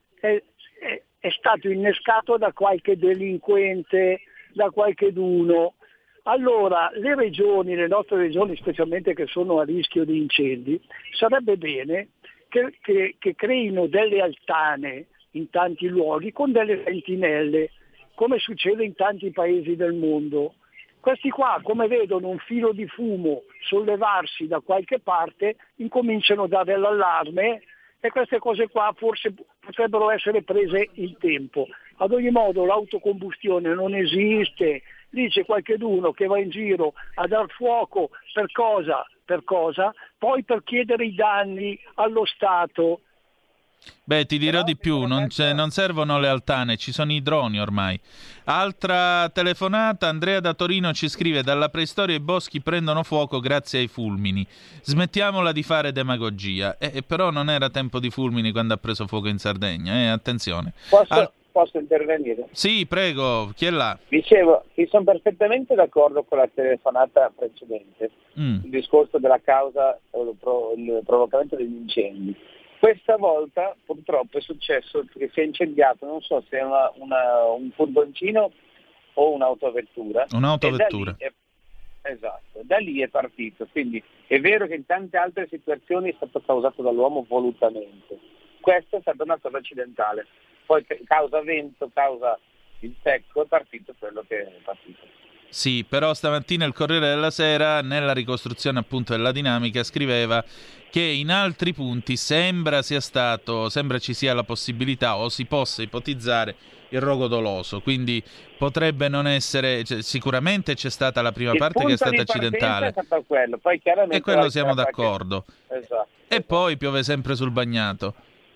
è stato innescato da qualche delinquente, da qualcheduno. Allora le nostre regioni specialmente che sono a rischio di incendi, sarebbe bene che creino delle altane in tanti luoghi con delle sentinelle, come succede in tanti paesi del mondo. Questi qua, come vedono un filo di fumo sollevarsi da qualche parte, incominciano a dare l'allarme, e queste cose qua forse potrebbero essere prese in tempo. Ad ogni modo l'autocombustione non esiste, dice qualcheduno che va in giro a dar fuoco per cosa, poi per chiedere i danni allo Stato. Beh, ti dirò di più, non servono le altane, ci sono i droni ormai. Altra telefonata, Andrea da Torino ci scrive: dalla preistoria i boschi prendono fuoco grazie ai fulmini. Smettiamola di fare demagogia. Però non era tempo di fulmini quando ha preso fuoco in Sardegna, attenzione. Posso intervenire? Sì, prego, chi è là? Dicevo, sono perfettamente d'accordo con la telefonata precedente, il discorso della causa, il provocamento degli incendi. Questa volta purtroppo è successo che si è incendiato, non so se è un furgoncino o un'autovettura. Un'autovettura. Esatto, da lì è partito. Quindi è vero che in tante altre situazioni è stato causato dall'uomo volutamente. Questa è stata una cosa accidentale. Poi causa vento, causa il secco, è partito quello che è partito. Sì, però stamattina il Corriere della Sera, nella ricostruzione appunto della dinamica, scriveva che in altri punti sembra ci sia la possibilità o si possa ipotizzare il rogo doloso, quindi potrebbe non essere, sicuramente c'è stata la prima parte che è stata accidentale, è stato quello. Poi chiaramente e quello siamo d'accordo, esatto. E poi piove sempre sul bagnato.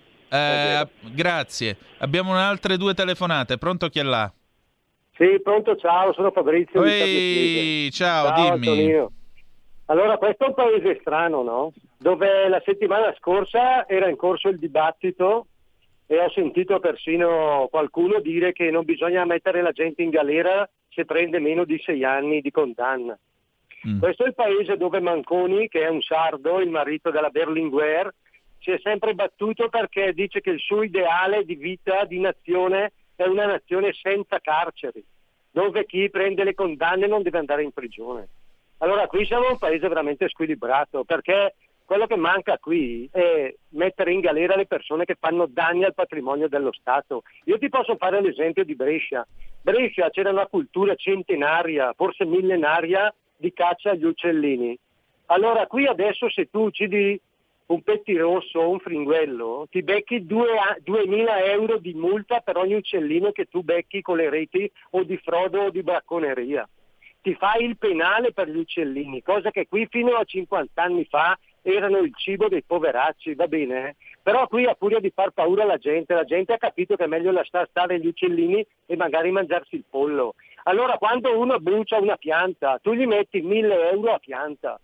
Grazie, abbiamo altre due telefonate, pronto, chi è là? Sì, pronto, ciao, sono Fabrizio. Ciao, dimmi. Antonino. Allora, questo è un paese strano, no? Dove la settimana scorsa era in corso il dibattito e ho sentito persino qualcuno dire che non bisogna mettere la gente in galera se prende meno di 6 anni di condanna. Questo è il paese dove Manconi, che è un sardo, il marito della Berlinguer, si è sempre battuto perché dice che il suo ideale di vita, di nazione, è una nazione senza carceri, dove chi prende le condanne non deve andare in prigione. Allora qui siamo un paese veramente squilibrato, perché quello che manca qui è mettere in galera le persone che fanno danni al patrimonio dello Stato. Io ti posso fare l'esempio di Brescia. Brescia c'era una cultura centenaria, forse millenaria, di caccia agli uccellini. Allora qui adesso se tu uccidi un pettirosso o un fringuello, ti becchi 2.000 euro di multa per ogni uccellino che tu becchi con le reti o di frodo o di bracconeria. Ti fai il penale per gli uccellini, cosa che qui fino a 50 anni fa erano il cibo dei poveracci, va bene? Però qui a furia di far paura alla gente ha capito che è meglio lasciare stare gli uccellini e magari mangiarsi il pollo. Allora quando uno brucia una pianta, tu gli metti 1.000 euro a pianta,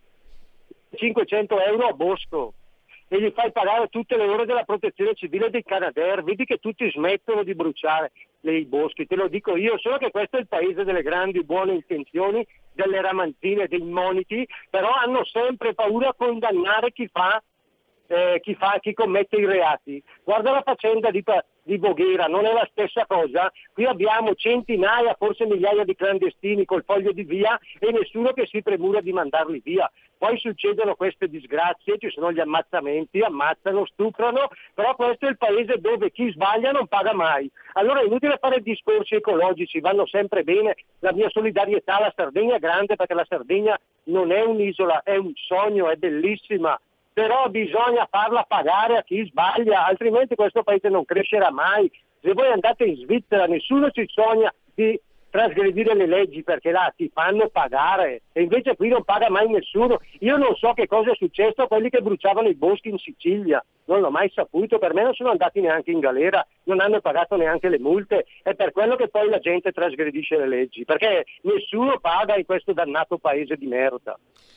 500 euro a bosco, e gli fai pagare tutte le ore della protezione civile dei Canadair, vedi che tutti smettono di bruciare i boschi, te lo dico io, solo che questo è il paese delle grandi buone intenzioni, delle ramanzine, dei moniti, però hanno sempre paura a condannare chi commette i reati. Guarda la faccenda di Voghera, non è la stessa cosa? Qui abbiamo centinaia, forse migliaia di clandestini col foglio di via e nessuno che si premura di mandarli via. Poi succedono queste disgrazie, ci sono gli ammazzamenti, ammazzano, stuprano, però questo è il paese dove chi sbaglia non paga mai. Allora è inutile fare discorsi ecologici, vanno sempre bene, la mia solidarietà alla Sardegna è grande perché la Sardegna non è un'isola, è un sogno, è bellissima, però bisogna farla pagare a chi sbaglia, altrimenti questo paese non crescerà mai. Se voi andate in Svizzera nessuno ci sogna di trasgredire le leggi perché là ti fanno pagare e invece qui non paga mai nessuno. Io non so che cosa è successo a quelli che bruciavano i boschi in Sicilia, non l'ho mai saputo, per me non sono andati neanche in galera, non hanno pagato neanche le multe, è per quello che poi la gente trasgredisce le leggi, perché nessuno paga in questo dannato paese di merda.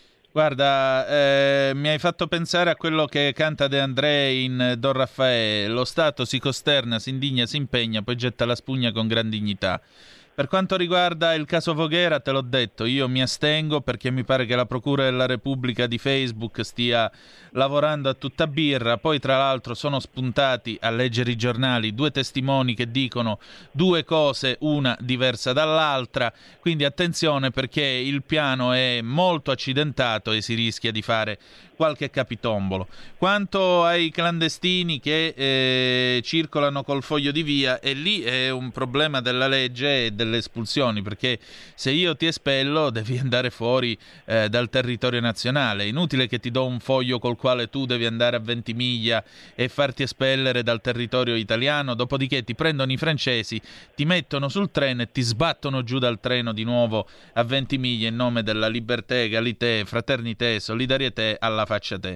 Guarda, mi hai fatto pensare a quello che canta De André in Don Raffaele: lo Stato si costerna, si indigna, si impegna, poi getta la spugna con gran dignità. Per quanto riguarda il caso Voghera, te l'ho detto, io mi astengo perché mi pare che la Procura della Repubblica di Facebook stia lavorando a tutta birra. Poi tra l'altro sono spuntati, a leggere i giornali, 2 testimoni che dicono 2 cose, una diversa dall'altra, quindi attenzione perché il piano è molto accidentato e si rischia di fare qualche capitombolo. Quanto ai clandestini che circolano col foglio di via, e lì è un problema della legge e delle espulsioni, perché se io ti espello devi andare fuori dal territorio nazionale. Inutile che ti do un foglio col quale tu devi andare a Ventimiglia e farti espellere dal territorio italiano, dopodiché ti prendono i francesi, ti mettono sul treno e ti sbattono giù dal treno di nuovo a Ventimiglia in nome della libertà, egalité, fraternité, solidarietà, alla faccia te.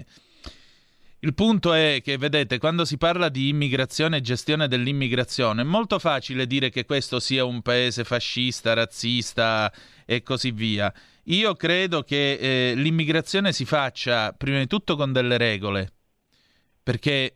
Il punto è che, vedete, quando si parla di immigrazione e gestione dell'immigrazione è molto facile dire che questo sia un paese fascista, razzista e così via. Io credo che l'immigrazione si faccia prima di tutto con delle regole, perché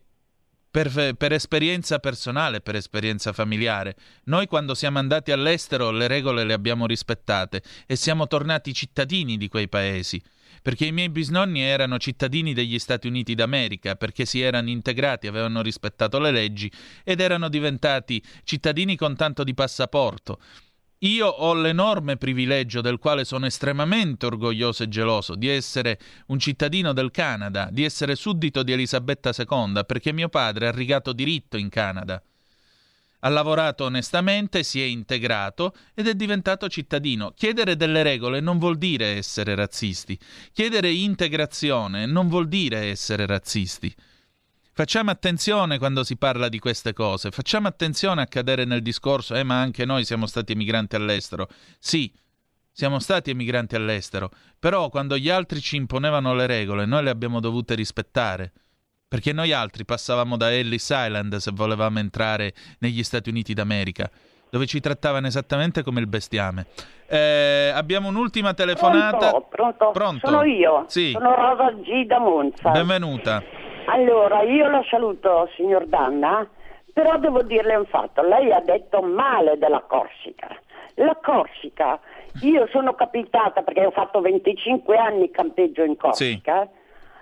per esperienza personale, per esperienza familiare, noi quando siamo andati all'estero le regole le abbiamo rispettate e siamo tornati cittadini di quei paesi. Perché i miei bisnonni erano cittadini degli Stati Uniti d'America, perché si erano integrati, avevano rispettato le leggi ed erano diventati cittadini con tanto di passaporto. Io ho l'enorme privilegio, del quale sono estremamente orgoglioso e geloso, di essere un cittadino del Canada, di essere suddito di Elisabetta II, perché mio padre ha rigato diritto in Canada. Ha lavorato onestamente, si è integrato ed è diventato cittadino. Chiedere delle regole non vuol dire essere razzisti. Chiedere integrazione non vuol dire essere razzisti. Facciamo attenzione quando si parla di queste cose. Facciamo attenzione a cadere nel discorso ma anche noi siamo stati emigranti all'estero. Sì, siamo stati emigranti all'estero, però quando gli altri ci imponevano le regole noi le abbiamo dovute rispettare. Perché noi altri passavamo da Ellis Island se volevamo entrare negli Stati Uniti d'America, dove ci trattavano esattamente come il bestiame. Abbiamo un'ultima telefonata. Pronto? Sono io, sì. Sono Rosa G da Monza. Benvenuta. Allora, io la saluto, signor Danna, però devo dirle un fatto. Lei ha detto male della Corsica. La Corsica, io sono capitata, perché ho fatto 25 anni campeggio in Corsica, sì.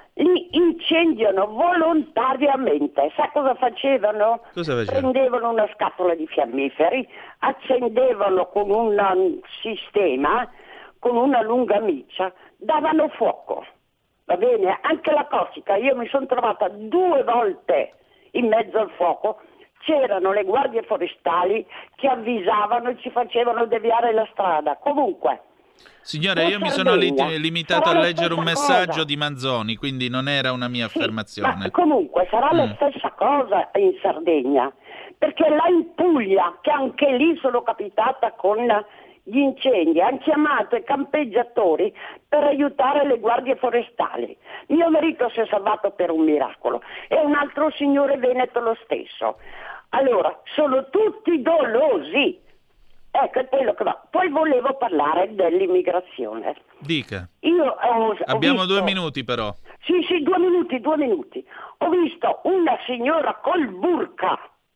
li incendiano volontariamente. Sa cosa facevano? Cosa facevano? Prendevano una scatola di fiammiferi, accendevano con un sistema, con una lunga miccia, davano fuoco. Va bene? Anche la Corsica, io mi sono trovata 2 volte in mezzo al fuoco, c'erano le guardie forestali che avvisavano e ci facevano deviare la strada. Comunque, signora, io mi sono limitato a leggere un messaggio di Manzoni, quindi non era una mia affermazione. Ma comunque sarà la stessa cosa in Sardegna, perché là in Puglia, che anche lì sono capitata con gli incendi, hanno chiamato i campeggiatori per aiutare le guardie forestali. Mio marito si è salvato per un miracolo e un altro signore veneto lo stesso. Allora, sono tutti dolosi. Ecco, è quello che va. Poi volevo parlare dell'immigrazione. Dica. Io abbiamo visto... 2 minuti però. Sì, 2 minuti. Ho visto una signora col burka,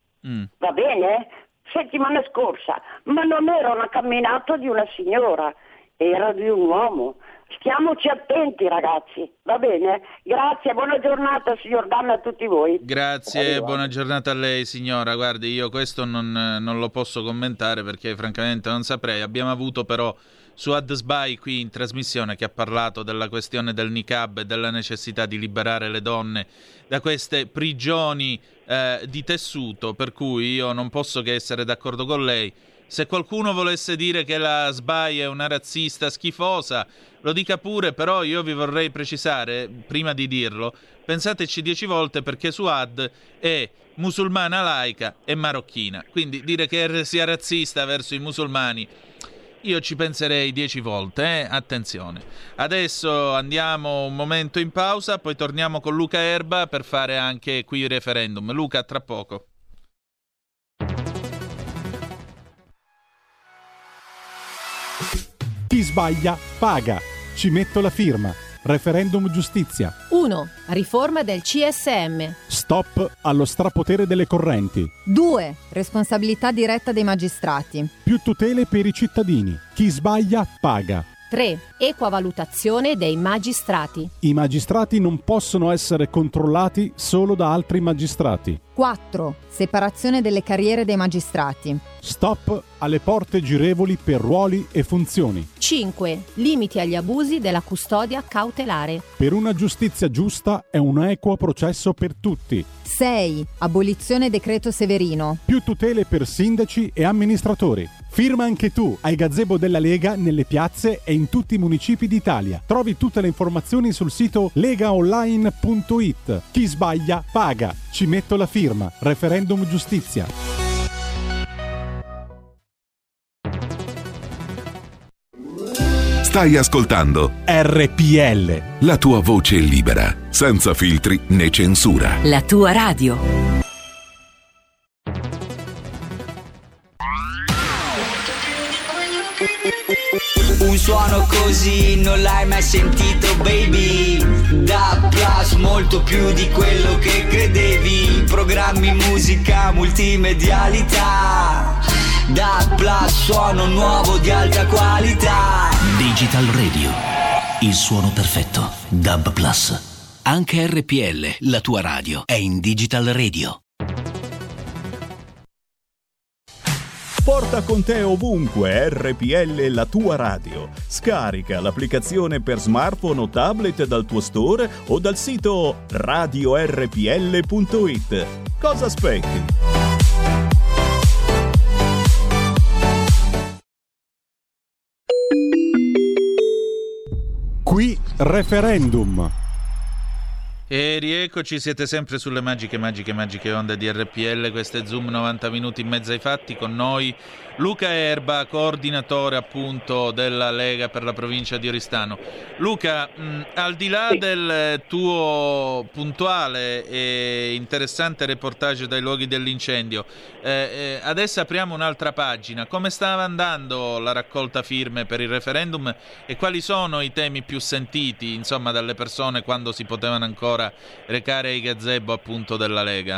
va bene? Settimana scorsa, ma non era una camminata di una signora, era di un uomo. Stiamoci attenti, ragazzi, va bene? Grazie, buona giornata signor Danna a tutti voi. Grazie, buona giornata a lei signora. Guardi, io questo non lo posso commentare perché francamente non saprei. Abbiamo avuto però Suad Sbai qui in trasmissione che ha parlato della questione del niqab e della necessità di liberare le donne da queste prigioni di tessuto, per cui io non posso che essere d'accordo con lei. Se qualcuno volesse dire che la Sbai è una razzista schifosa, lo dica pure, però io vi vorrei precisare, prima di dirlo, pensateci 10 volte perché Suad è musulmana laica e marocchina, quindi dire che sia razzista verso i musulmani, io ci penserei 10 volte, attenzione. Adesso andiamo un momento in pausa, poi torniamo con Luca Erba per fare anche qui il referendum. Luca, tra poco. Chi sbaglia paga. Ci metto la firma. Referendum giustizia. 1. Riforma del CSM. Stop allo strapotere delle correnti. 2. Responsabilità diretta dei magistrati. Più tutele per i cittadini. Chi sbaglia paga. 3. Equa valutazione dei magistrati. I magistrati non possono essere controllati solo da altri magistrati. 4. Separazione delle carriere dei magistrati. Stop alle porte girevoli per ruoli e funzioni. 5. Limiti agli abusi della custodia cautelare. Per una giustizia giusta e un equo processo per tutti. 6. Abolizione decreto Severino. Più tutele per sindaci e amministratori. Firma anche tu ai gazebo della Lega nelle piazze e in tutti i municipi d'Italia. Trovi tutte le informazioni sul sito legaonline.it. Chi sbaglia paga. Ci metto la firma. Referendum giustizia. Stai ascoltando RPL. La tua voce libera, senza filtri né censura. La tua radio. Un suono così non l'hai mai sentito, baby. Da Plus, molto più di quello che credevi. Programmi, musica, multimedialità. Da Plus, suono nuovo di alta qualità. Digital Radio, il suono perfetto. DAB Plus. Anche RPL, la tua radio, è in Digital Radio. Porta con te ovunque RPL, la tua radio. Scarica l'applicazione per smartphone o tablet dal tuo store o dal sito radiorpl.it. Cosa aspetti? Qui referendum. E rieccoci, siete sempre sulle magiche onde di RPL. Questo è Zoom 90 minuti in mezzo ai fatti. Con noi Luca Erba, coordinatore appunto della Lega per la provincia di Oristano. Luca, al di là del tuo puntuale e interessante reportage dai luoghi dell'incendio, adesso apriamo un'altra pagina. Come stava andando la raccolta firme per il referendum e quali sono i temi più sentiti, insomma, dalle persone quando si potevano ancora recare ai gazebo appunto della Lega?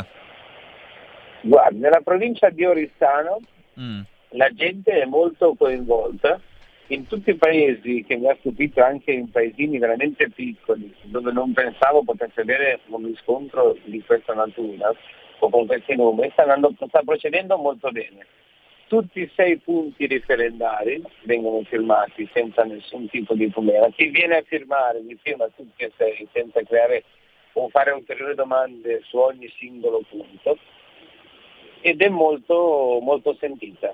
Guarda, nella provincia di Oristano la gente è molto coinvolta in tutti i paesi, che mi ha stupito anche in paesini veramente piccoli, dove non pensavo potesse avere un riscontro di questa natura o con questi numeri, sta procedendo molto bene. Tutti i 6 punti referendari vengono firmati senza nessun tipo di problema. Chi viene a firmare li firma tutti e 6 senza creare o fare ulteriori domande su ogni singolo punto, ed è molto, molto sentita.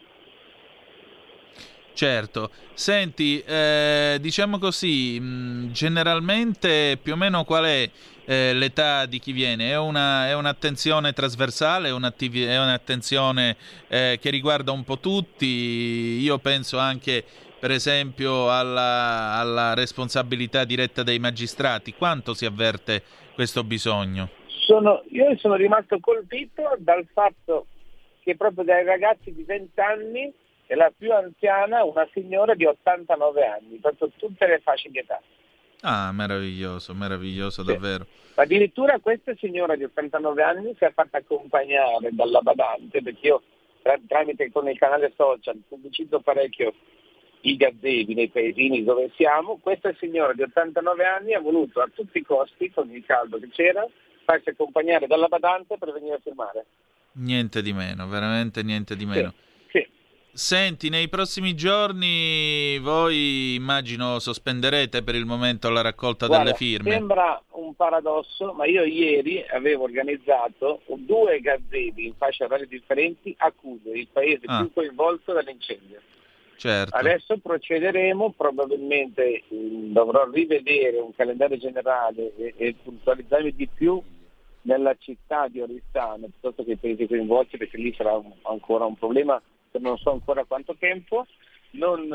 Certo. Senti, diciamo così, generalmente più o meno qual è l'età di chi viene? È un'attenzione trasversale, è un'attenzione che riguarda un po' tutti? Io penso anche, per esempio, alla responsabilità diretta dei magistrati. Quanto si avverte questo bisogno? Io sono rimasto colpito dal fatto che proprio dai ragazzi di 20 anni e la più anziana, una signora di 89 anni, proprio tutte le fasce di età. Ah, meraviglioso, Sì. davvero. Addirittura questa signora di 89 anni si è fatta accompagnare dalla badante, perché io tramite con il canale social pubblicizzo parecchio i gazebi nei paesini dove siamo. Questa signora di 89 anni ha voluto a tutti i costi, con il caldo che c'era, farsi accompagnare dalla badante per venire a firmare. Niente di meno, veramente niente di meno. Sì. Senti, nei prossimi giorni voi immagino sospenderete per il momento la raccolta delle firme. Sembra un paradosso, ma io ieri avevo organizzato 2 gazebi in fasce orarie differenti a Cudine, il paese più coinvolto dall'incendio. Certo. Adesso procederemo, probabilmente dovrò rivedere un calendario generale e puntualizzarmi di più nella città di Oristano piuttosto che i paesi coinvolti, perché lì sarà ancora un problema per non so ancora quanto tempo. Non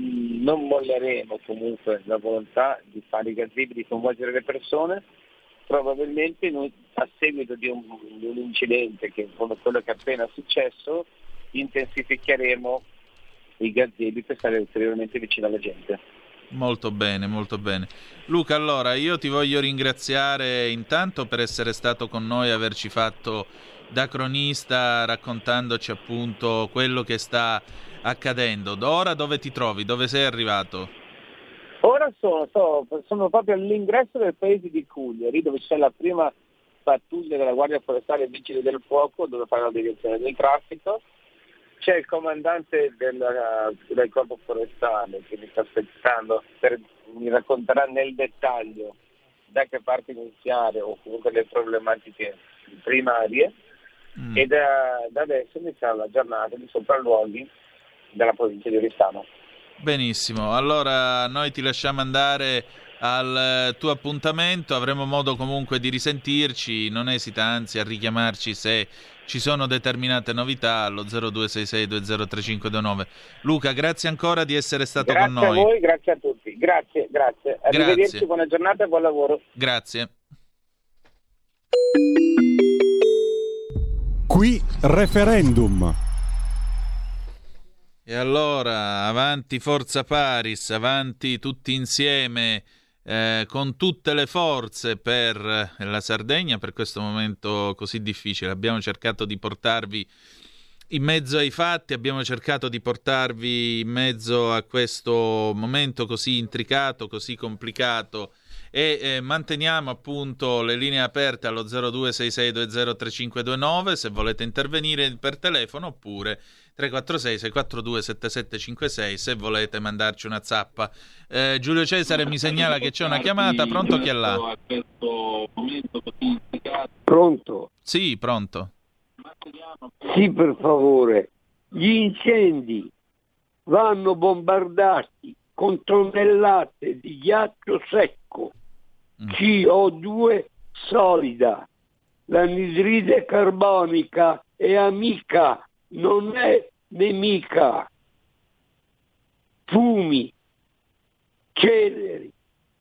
molleremo comunque la volontà di fare i gazebi, di coinvolgere le persone. Probabilmente noi, a seguito di un incidente che come quello che è appena successo, intensificheremo i gazebi per stare ulteriormente vicino alla gente. Molto bene, molto bene. Luca, allora io ti voglio ringraziare intanto per essere stato con noi e averci fatto da cronista raccontandoci appunto quello che sta accadendo. Ora dove ti trovi? Dove sei arrivato? Ora sono proprio all'ingresso del paese di Cugliari, dove c'è la prima pattuglia della Guardia Forestale e Vigili del Fuoco, dove fa la direzione del traffico. C'è il comandante del corpo forestale che mi sta aspettando, mi racconterà nel dettaglio da che parte iniziare o comunque le problematiche primarie. E da adesso inizia la giornata di sopralluoghi della provincia di Oristano. Benissimo, allora noi ti lasciamo andare al tuo appuntamento, avremo modo comunque di risentirci, non esita anzi a richiamarci se ci sono determinate novità allo 0266203529. Luca, grazie ancora di essere stato con noi. Grazie a voi, grazie a tutti, grazie. Arrivederci, buona giornata e buon lavoro. Grazie. Qui referendum. E allora, avanti Forza Paris, avanti tutti insieme, con tutte le forze per la Sardegna, per questo momento così difficile. Abbiamo cercato di portarvi in mezzo ai fatti, abbiamo cercato di portarvi in mezzo a questo momento così intricato, così complicato, e manteniamo appunto le linee aperte allo 0266203529 se volete intervenire per telefono, oppure 346-642-7756 se volete mandarci una zappa. Giulio Cesare mi segnala che c'è una chiamata. Pronto, chi è là? Pronto? Sì, pronto. Sì, per favore. Gli incendi vanno bombardati con tonnellate di ghiaccio secco, CO2 solida. L'anidride carbonica è amica, non è nemica. Fumi, celeri,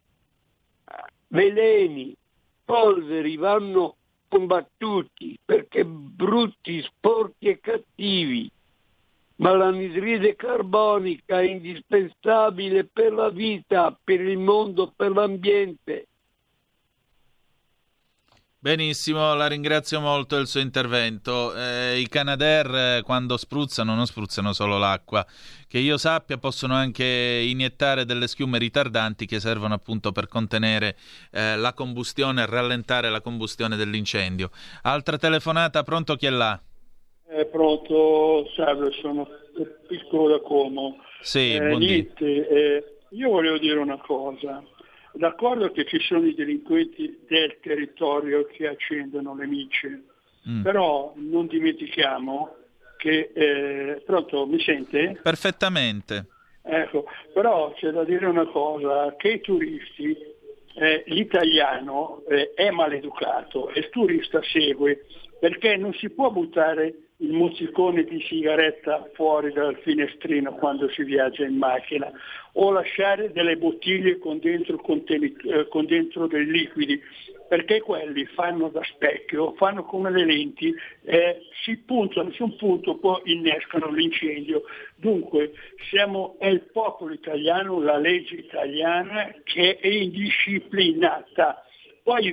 veleni, polveri vanno combattuti perché brutti, sporchi e cattivi, ma l'anidride carbonica è indispensabile per la vita, per il mondo, per l'ambiente. Benissimo, la ringrazio molto del suo intervento. I Canadair quando spruzzano non spruzzano solo l'acqua, che io sappia possono anche iniettare delle schiume ritardanti che servono appunto per contenere la combustione e rallentare la combustione dell'incendio. Altra telefonata, pronto, chi è là? Pronto, salve, sono Piccolo da Como. Sì, buondì. Io volevo dire una cosa. D'accordo che ci sono i delinquenti del territorio che accendono le micce, però non dimentichiamo che... pronto, mi sente? Perfettamente. Ecco, però c'è da dire una cosa, che i turisti, l'italiano è maleducato e il turista segue, perché non si può buttare il mozzicone di sigaretta fuori dal finestrino quando si viaggia in macchina, o lasciare delle bottiglie con dentro dei liquidi, perché quelli fanno da specchio, fanno come le lenti, si puntano su un punto, poi innescano l'incendio. Dunque è il popolo italiano, la legge italiana che è indisciplinata. Poi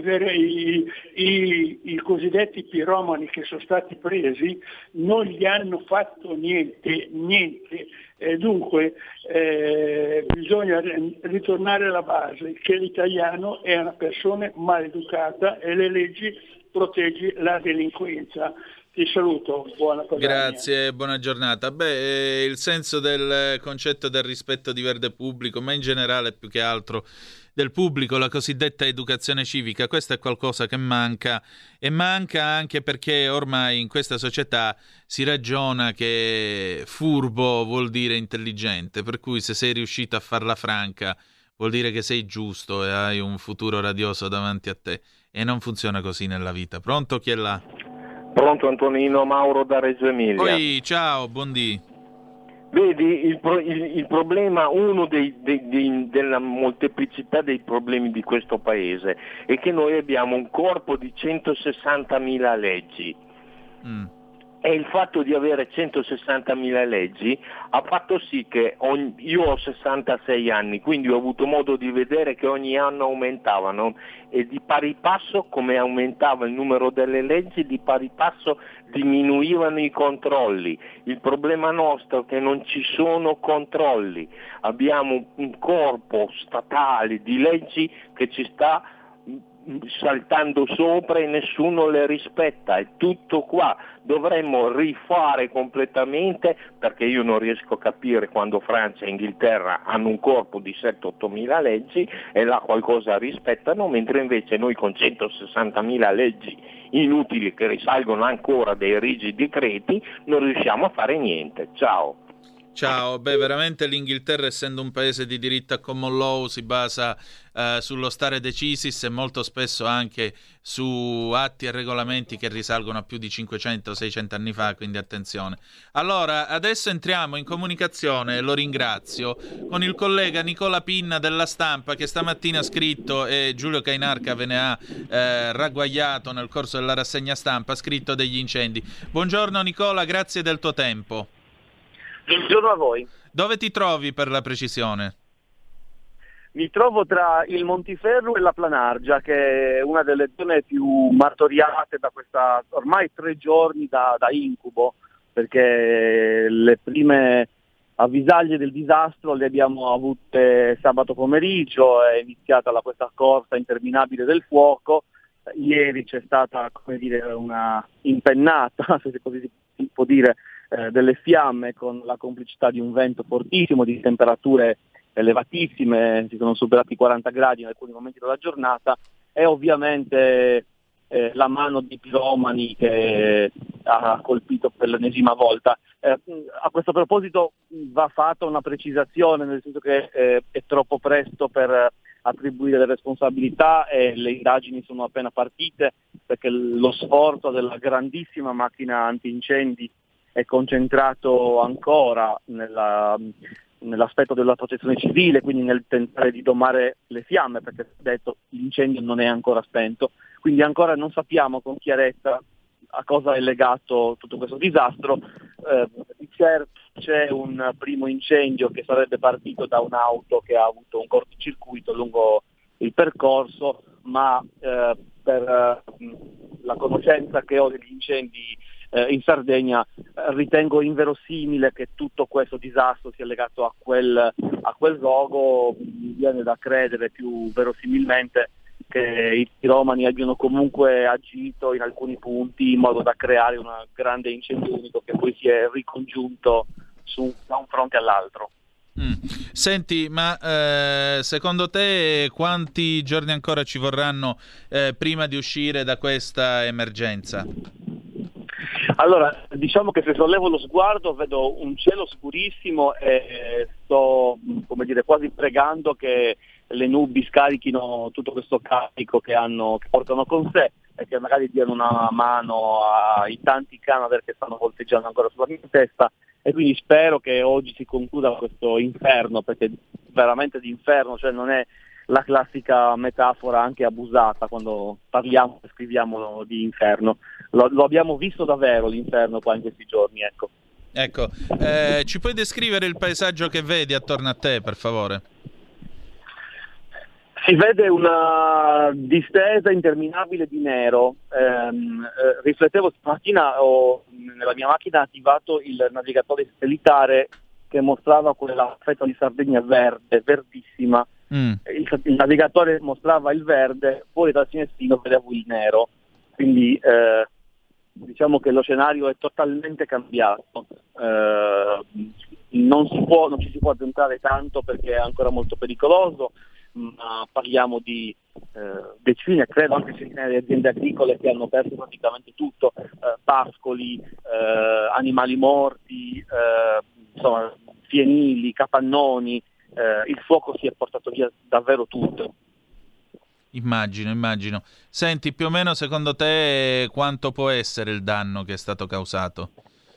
i cosiddetti piromani che sono stati presi non gli hanno fatto niente. Dunque bisogna ritornare alla base, che l'italiano è una persona maleducata e le leggi protegge la delinquenza. Ti saluto, buona giornata. Grazie, buona giornata. Il senso del concetto del rispetto di verde pubblico, ma in generale più che altro del pubblico, la cosiddetta educazione civica, questo è qualcosa che manca, e manca anche perché ormai in questa società si ragiona che furbo vuol dire intelligente, per cui se sei riuscito a farla franca vuol dire che sei giusto e hai un futuro radioso davanti a te, e non funziona così nella vita. Pronto, chi è là? Pronto, Antonino, Mauro da Reggio Emilia. Poi, ciao, buondì. Vedi, il problema, uno della molteplicità dei problemi di questo paese è che noi abbiamo un corpo di 160.000 leggi. E il fatto di avere 160.000 leggi ha fatto sì che io ho 66 anni, quindi ho avuto modo di vedere che ogni anno aumentavano, e di pari passo, come aumentava il numero delle leggi, di pari passo diminuivano i controlli. Il problema nostro è che non ci sono controlli, abbiamo un corpo statale di leggi che ci sta saltando sopra e nessuno le rispetta. È tutto qua, dovremmo rifare completamente, perché io non riesco a capire quando Francia e Inghilterra hanno un corpo di 7-8 mila leggi e là qualcosa rispettano, mentre invece noi con 160.000 leggi inutili che risalgono ancora dei rigidi decreti non riusciamo a fare niente. Ciao, veramente l'Inghilterra, essendo un paese di diritto a common law, si basa sullo stare decisis e molto spesso anche su atti e regolamenti che risalgono a più di 500-600 anni fa, quindi attenzione. Allora, adesso entriamo in comunicazione, lo ringrazio, con il collega Nicola Pinna della Stampa, che stamattina ha scritto, e Giulio Cainarca ve ne ha ragguagliato nel corso della rassegna stampa, ha scritto degli incendi. Buongiorno Nicola, grazie del tuo tempo. Buongiorno a voi. Dove ti trovi per la precisione? Mi trovo tra il Montiferru e la Planargia, che è una delle zone più martoriate da questa ormai 3 giorni da incubo, perché le prime avvisaglie del disastro le abbiamo avute sabato pomeriggio, è iniziata questa corsa interminabile del fuoco. Ieri c'è stata, una impennata, se così si può dire, delle fiamme, con la complicità di un vento fortissimo, di temperature elevatissime, si sono superati i 40 gradi in alcuni momenti della giornata, e ovviamente la mano dei piromani che ha colpito per l'ennesima volta. A questo proposito va fatta una precisazione, nel senso che è troppo presto per attribuire le responsabilità, e le indagini sono appena partite, perché lo sforzo della grandissima macchina antincendi è concentrato ancora nell'aspetto della protezione civile, quindi nel tentare di domare le fiamme, perché detto l'incendio non è ancora spento, quindi ancora non sappiamo con chiarezza a cosa è legato tutto questo disastro. Di certo c'è un primo incendio che sarebbe partito da un'auto che ha avuto un cortocircuito lungo il percorso, ma per la conoscenza che ho degli incendi in Sardegna, ritengo inverosimile che tutto questo disastro sia legato a quel rogo. Mi viene da credere più verosimilmente che i piromani abbiano comunque agito in alcuni punti in modo da creare un grande incendio unico che poi si è ricongiunto da un fronte all'altro. Senti, ma secondo te quanti giorni ancora ci vorranno prima di uscire da questa emergenza? Allora, diciamo che se sollevo lo sguardo vedo un cielo scurissimo e sto, quasi pregando che le nubi scarichino tutto questo carico che portano con sé e che magari diano una mano ai tanti Canadair che stanno volteggiando ancora sulla mia testa, e quindi spero che oggi si concluda questo inferno, perché veramente di inferno, cioè non è la classica metafora anche abusata quando parliamo e scriviamo di inferno. Lo abbiamo visto davvero l'inferno qua in questi giorni, ecco. Ecco, ci puoi descrivere il paesaggio che vedi attorno a te, per favore? Si vede una distesa interminabile di nero. Riflettevo stamattina, nella mia macchina attivato il navigatore satellitare che mostrava quella fetta di Sardegna verde, verdissima. Il navigatore mostrava il verde, fuori dal finestrino vedevo il nero, quindi diciamo che lo scenario è totalmente cambiato. Non ci si può addentrare tanto perché è ancora molto pericoloso, ma parliamo di decine, credo anche centinaia di aziende agricole che hanno perso praticamente tutto, pascoli, animali morti, insomma, fienili, capannoni. Il fuoco si è portato via davvero tutto. Immagino. Senti, più o meno secondo te quanto può essere il danno che è stato causato?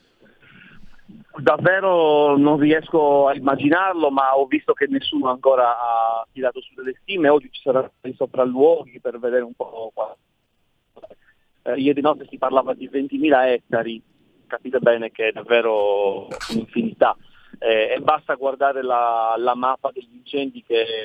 Davvero non riesco a immaginarlo, ma ho visto che nessuno ancora ha tirato su delle stime. Oggi ci saranno dei sopralluoghi per vedere un po' qua. Ieri notte si parlava di 20.000 ettari, capite bene che è davvero un'infinità. E basta guardare la mappa degli incendi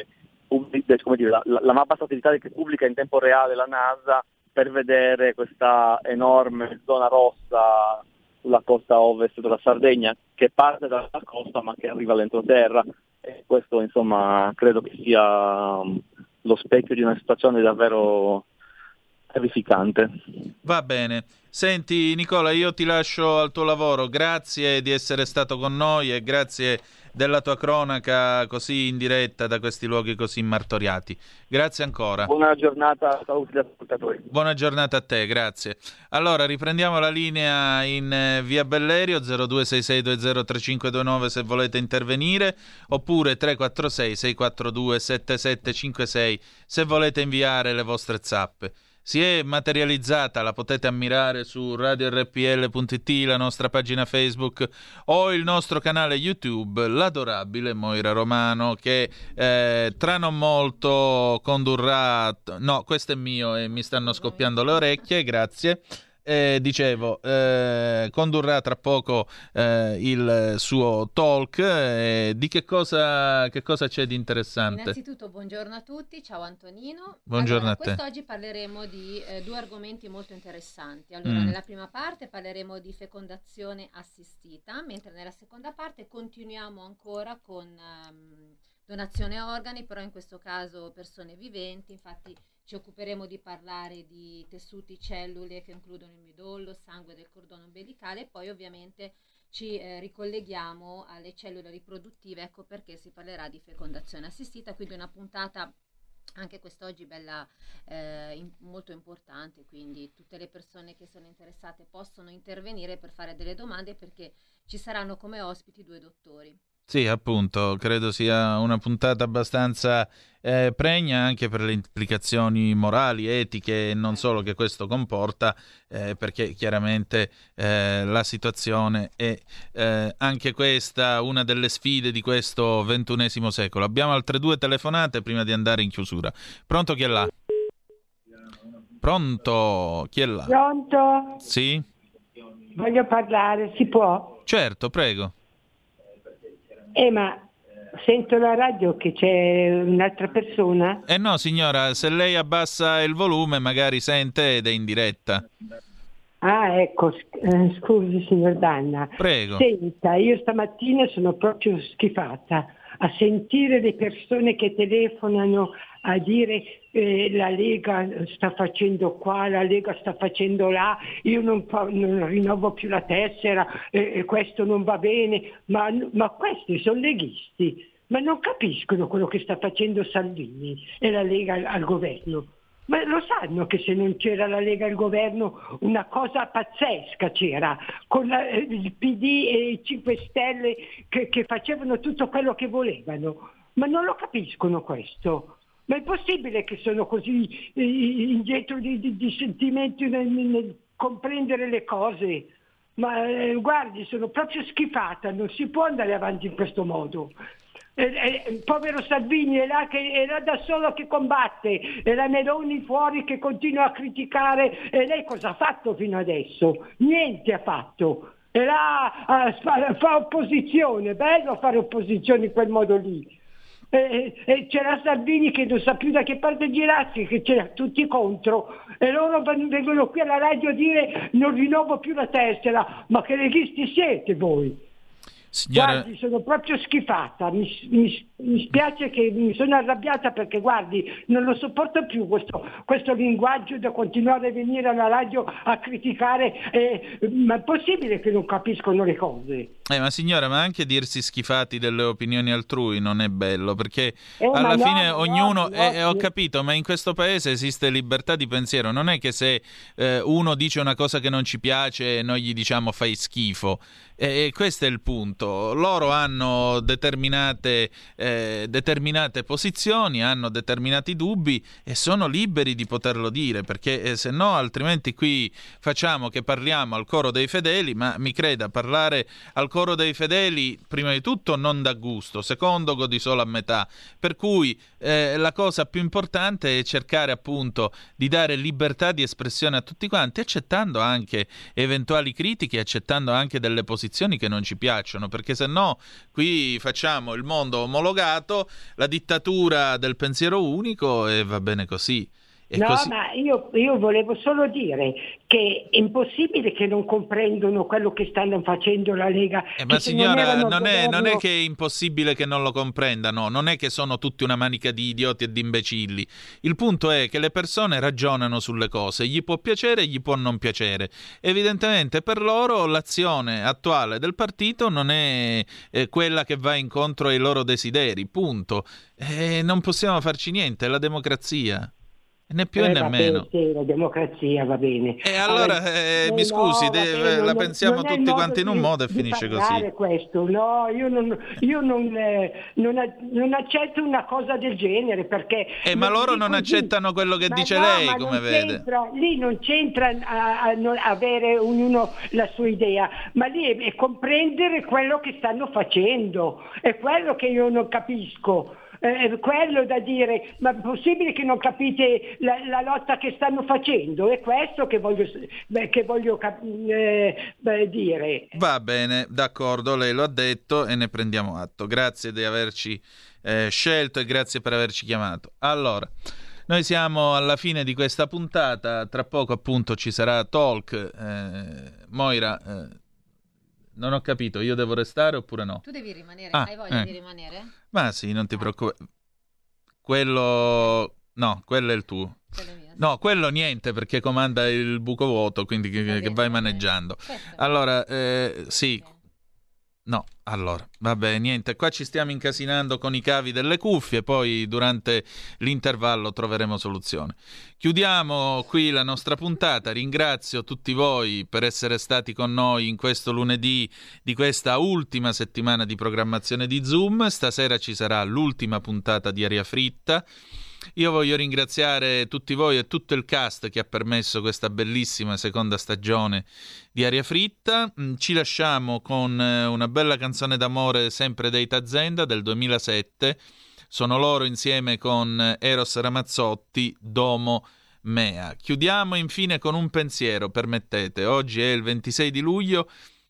la mappa satellitare che pubblica in tempo reale la NASA per vedere questa enorme zona rossa sulla costa ovest della Sardegna, che parte dalla costa ma che arriva all'entroterra, e questo insomma credo che sia lo specchio di una situazione davvero terrificante. Va bene. Senti Nicola, io ti lascio al tuo lavoro, grazie di essere stato con noi e grazie della tua cronaca così in diretta da questi luoghi così martoriati. Grazie ancora. Buona giornata, saluti agli ascoltatori. Buona giornata a te, grazie. Allora, riprendiamo la linea in via Bellerio, 0266203529 se volete intervenire, oppure 346-642-7756 se volete inviare le vostre zappe. Si è materializzata, la potete ammirare su radiorpl.it, la nostra pagina Facebook o il nostro canale YouTube, l'adorabile Moira Romano, che tra non molto condurrà... No, questo è mio e mi stanno scoppiando le orecchie, grazie. Condurrà tra poco il suo talk. Di che cosa c'è di interessante? Innanzitutto buongiorno a tutti, ciao Antonino. Buongiorno a te. Quest'oggi parleremo di due argomenti molto interessanti. Allora, nella prima parte parleremo di fecondazione assistita, mentre nella seconda parte continuiamo ancora con donazione organi, però in questo caso persone viventi. Infatti ci occuperemo di parlare di tessuti, cellule che includono il midollo, sangue del cordone ombelicale, e poi ovviamente ci ricolleghiamo alle cellule riproduttive, ecco perché si parlerà di fecondazione assistita, quindi una puntata anche quest'oggi bella, molto importante, quindi tutte le persone che sono interessate possono intervenire per fare delle domande, perché ci saranno come ospiti due dottori. Sì, appunto, credo sia una puntata abbastanza pregna anche per le implicazioni morali, etiche e non solo che questo comporta, perché chiaramente la situazione è anche questa una delle sfide di questo XXI secolo. Abbiamo altre due telefonate prima di andare in chiusura. Pronto, chi è là? Pronto, chi è là? Pronto? Sì? Voglio parlare, si può? Certo, prego. Ma Sento la radio che c'è un'altra persona. No signora, se lei abbassa il volume magari sente ed è in diretta. Ah, ecco, scusi signor Danna. Prego. Senta, io stamattina sono proprio schifata a sentire le persone che telefonano a dire la Lega sta facendo qua, la Lega sta facendo là, io non rinnovo più la tessera, questo non va bene, ma questi sono leghisti, ma non capiscono quello che sta facendo Salvini e la Lega al governo. Ma lo sanno che se non c'era la Lega al governo una cosa pazzesca c'era, con il PD e i 5 Stelle che facevano tutto quello che volevano, ma non lo capiscono questo. Ma è possibile che sono così indietro di sentimenti nel comprendere le cose? Ma guardi, sono proprio schifata, non si può andare avanti in questo modo. Povero Salvini è là da solo che combatte, e la Meloni fuori che continua a criticare, e lei cosa ha fatto fino adesso? Niente ha fatto, e là fa opposizione, bello fare opposizione in quel modo lì. E c'era Salvini che non sa più da che parte girarsi, che c'era tutti contro, e loro vengono qui alla radio a dire non rinnovo più la tessera. Ma che leghisti siete voi? Signora... Guardi, sono proprio schifata, mi spiace che mi sono arrabbiata, perché guardi, non lo sopporto più questo linguaggio da continuare a venire alla radio a criticare, ma è possibile che non capiscono le cose? Ma signora, ma anche dirsi schifati delle opinioni altrui non è bello, perché alla fine ognuno... ho capito, ma in questo paese esiste libertà di pensiero, non è che se uno dice una cosa che non ci piace noi gli diciamo fai schifo. Questo è il punto. Loro hanno determinate posizioni, hanno determinati dubbi e sono liberi di poterlo dire, perché se no altrimenti qui facciamo che parliamo al coro dei fedeli, ma mi creda, parlare al coro dei fedeli prima di tutto non dà gusto, secondo godi solo a metà, per cui la cosa più importante è cercare appunto di dare libertà di espressione a tutti quanti, accettando anche eventuali critiche, accettando anche delle posizioni che non ci piacciono, perché se no qui facciamo il mondo omologato, la dittatura del pensiero unico, e va bene così. Ma io volevo solo dire che è impossibile che non comprendono quello che stanno facendo la Lega. Ma signora, non è che è impossibile che non lo comprendano, non è che sono tutti una manica di idioti e di imbecilli. Il punto è che le persone ragionano sulle cose, gli può piacere e gli può non piacere. Evidentemente per loro l'azione attuale del partito non è quella che va incontro ai loro desideri, punto. Non possiamo farci niente, è la democrazia. Né più né meno. Sì, la democrazia va bene. E allora mi scusi, la pensiamo tutti quanti in un modo e finisce così. Questo. No, io non accetto una cosa del genere, perché... ma loro non accettano quello che dice lei, come vede. Lì non c'entra a avere ognuno la sua idea, ma lì è comprendere quello che stanno facendo. È quello che io non capisco. Quello da dire, ma è possibile che non capite la lotta che stanno facendo? È questo che voglio dire. Va bene, d'accordo, lei lo ha detto e ne prendiamo atto. Grazie di averci scelto e grazie per averci chiamato. Allora, noi siamo alla fine di questa puntata, tra poco appunto ci sarà Talk. Moira, non ho capito, io devo restare oppure no? Tu devi rimanere, hai voglia di rimanere? Ma sì, non ti preoccupare. Quello... No, quello è il tuo. No, quello niente, perché comanda il buco vuoto, quindi che vai maneggiando. Allora, sì... No, allora, vabbè, niente, qua ci stiamo incasinando con i cavi delle cuffie, poi durante l'intervallo troveremo soluzione. Chiudiamo qui la nostra puntata, ringrazio tutti voi per essere stati con noi in questo lunedì di questa ultima settimana di programmazione di Zoom. Stasera ci sarà l'ultima puntata di Aria Fritta. Io voglio ringraziare tutti voi e tutto il cast che ha permesso questa bellissima seconda stagione di Aria Fritta. Ci lasciamo con una bella canzone d'amore sempre dei Tazenda del 2007. Sono loro insieme con Eros Ramazzotti, Domo Mea. Chiudiamo infine con un pensiero, permettete. Oggi è il 26 di luglio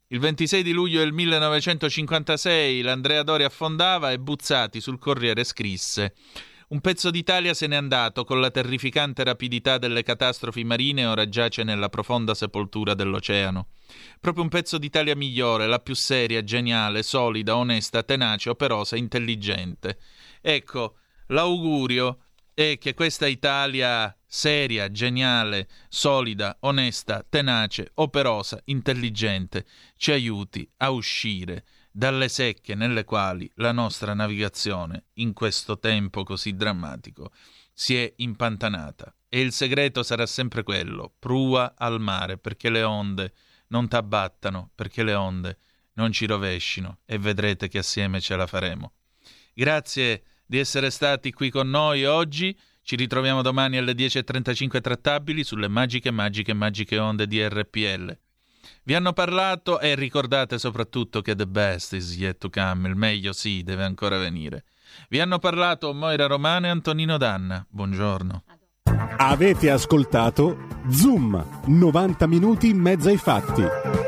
Il 26 di luglio del 1956 l'Andrea Doria affondava e Buzzati sul Corriere scrisse: un pezzo d'Italia se n'è andato con la terrificante rapidità delle catastrofi marine e ora giace nella profonda sepoltura dell'oceano. Proprio un pezzo d'Italia migliore, la più seria, geniale, solida, onesta, tenace, operosa, intelligente. Ecco, l'augurio è che questa Italia seria, geniale, solida, onesta, tenace, operosa, intelligente ci aiuti a uscire dalle secche nelle quali la nostra navigazione in questo tempo così drammatico si è impantanata. E il segreto sarà sempre quello: prua al mare perché le onde non t'abbattano, perché le onde non ci rovescino, e vedrete che assieme ce la faremo. Grazie di essere stati qui con noi oggi. Ci ritroviamo domani alle 10.35 trattabili sulle magiche onde di RPL. Vi hanno parlato e ricordate soprattutto che the best is yet to come, il meglio sì, deve ancora venire. Vi hanno parlato Moira Romano e Antonino Danna. Buongiorno. Avete ascoltato Zoom, 90 minuti in mezzo ai fatti.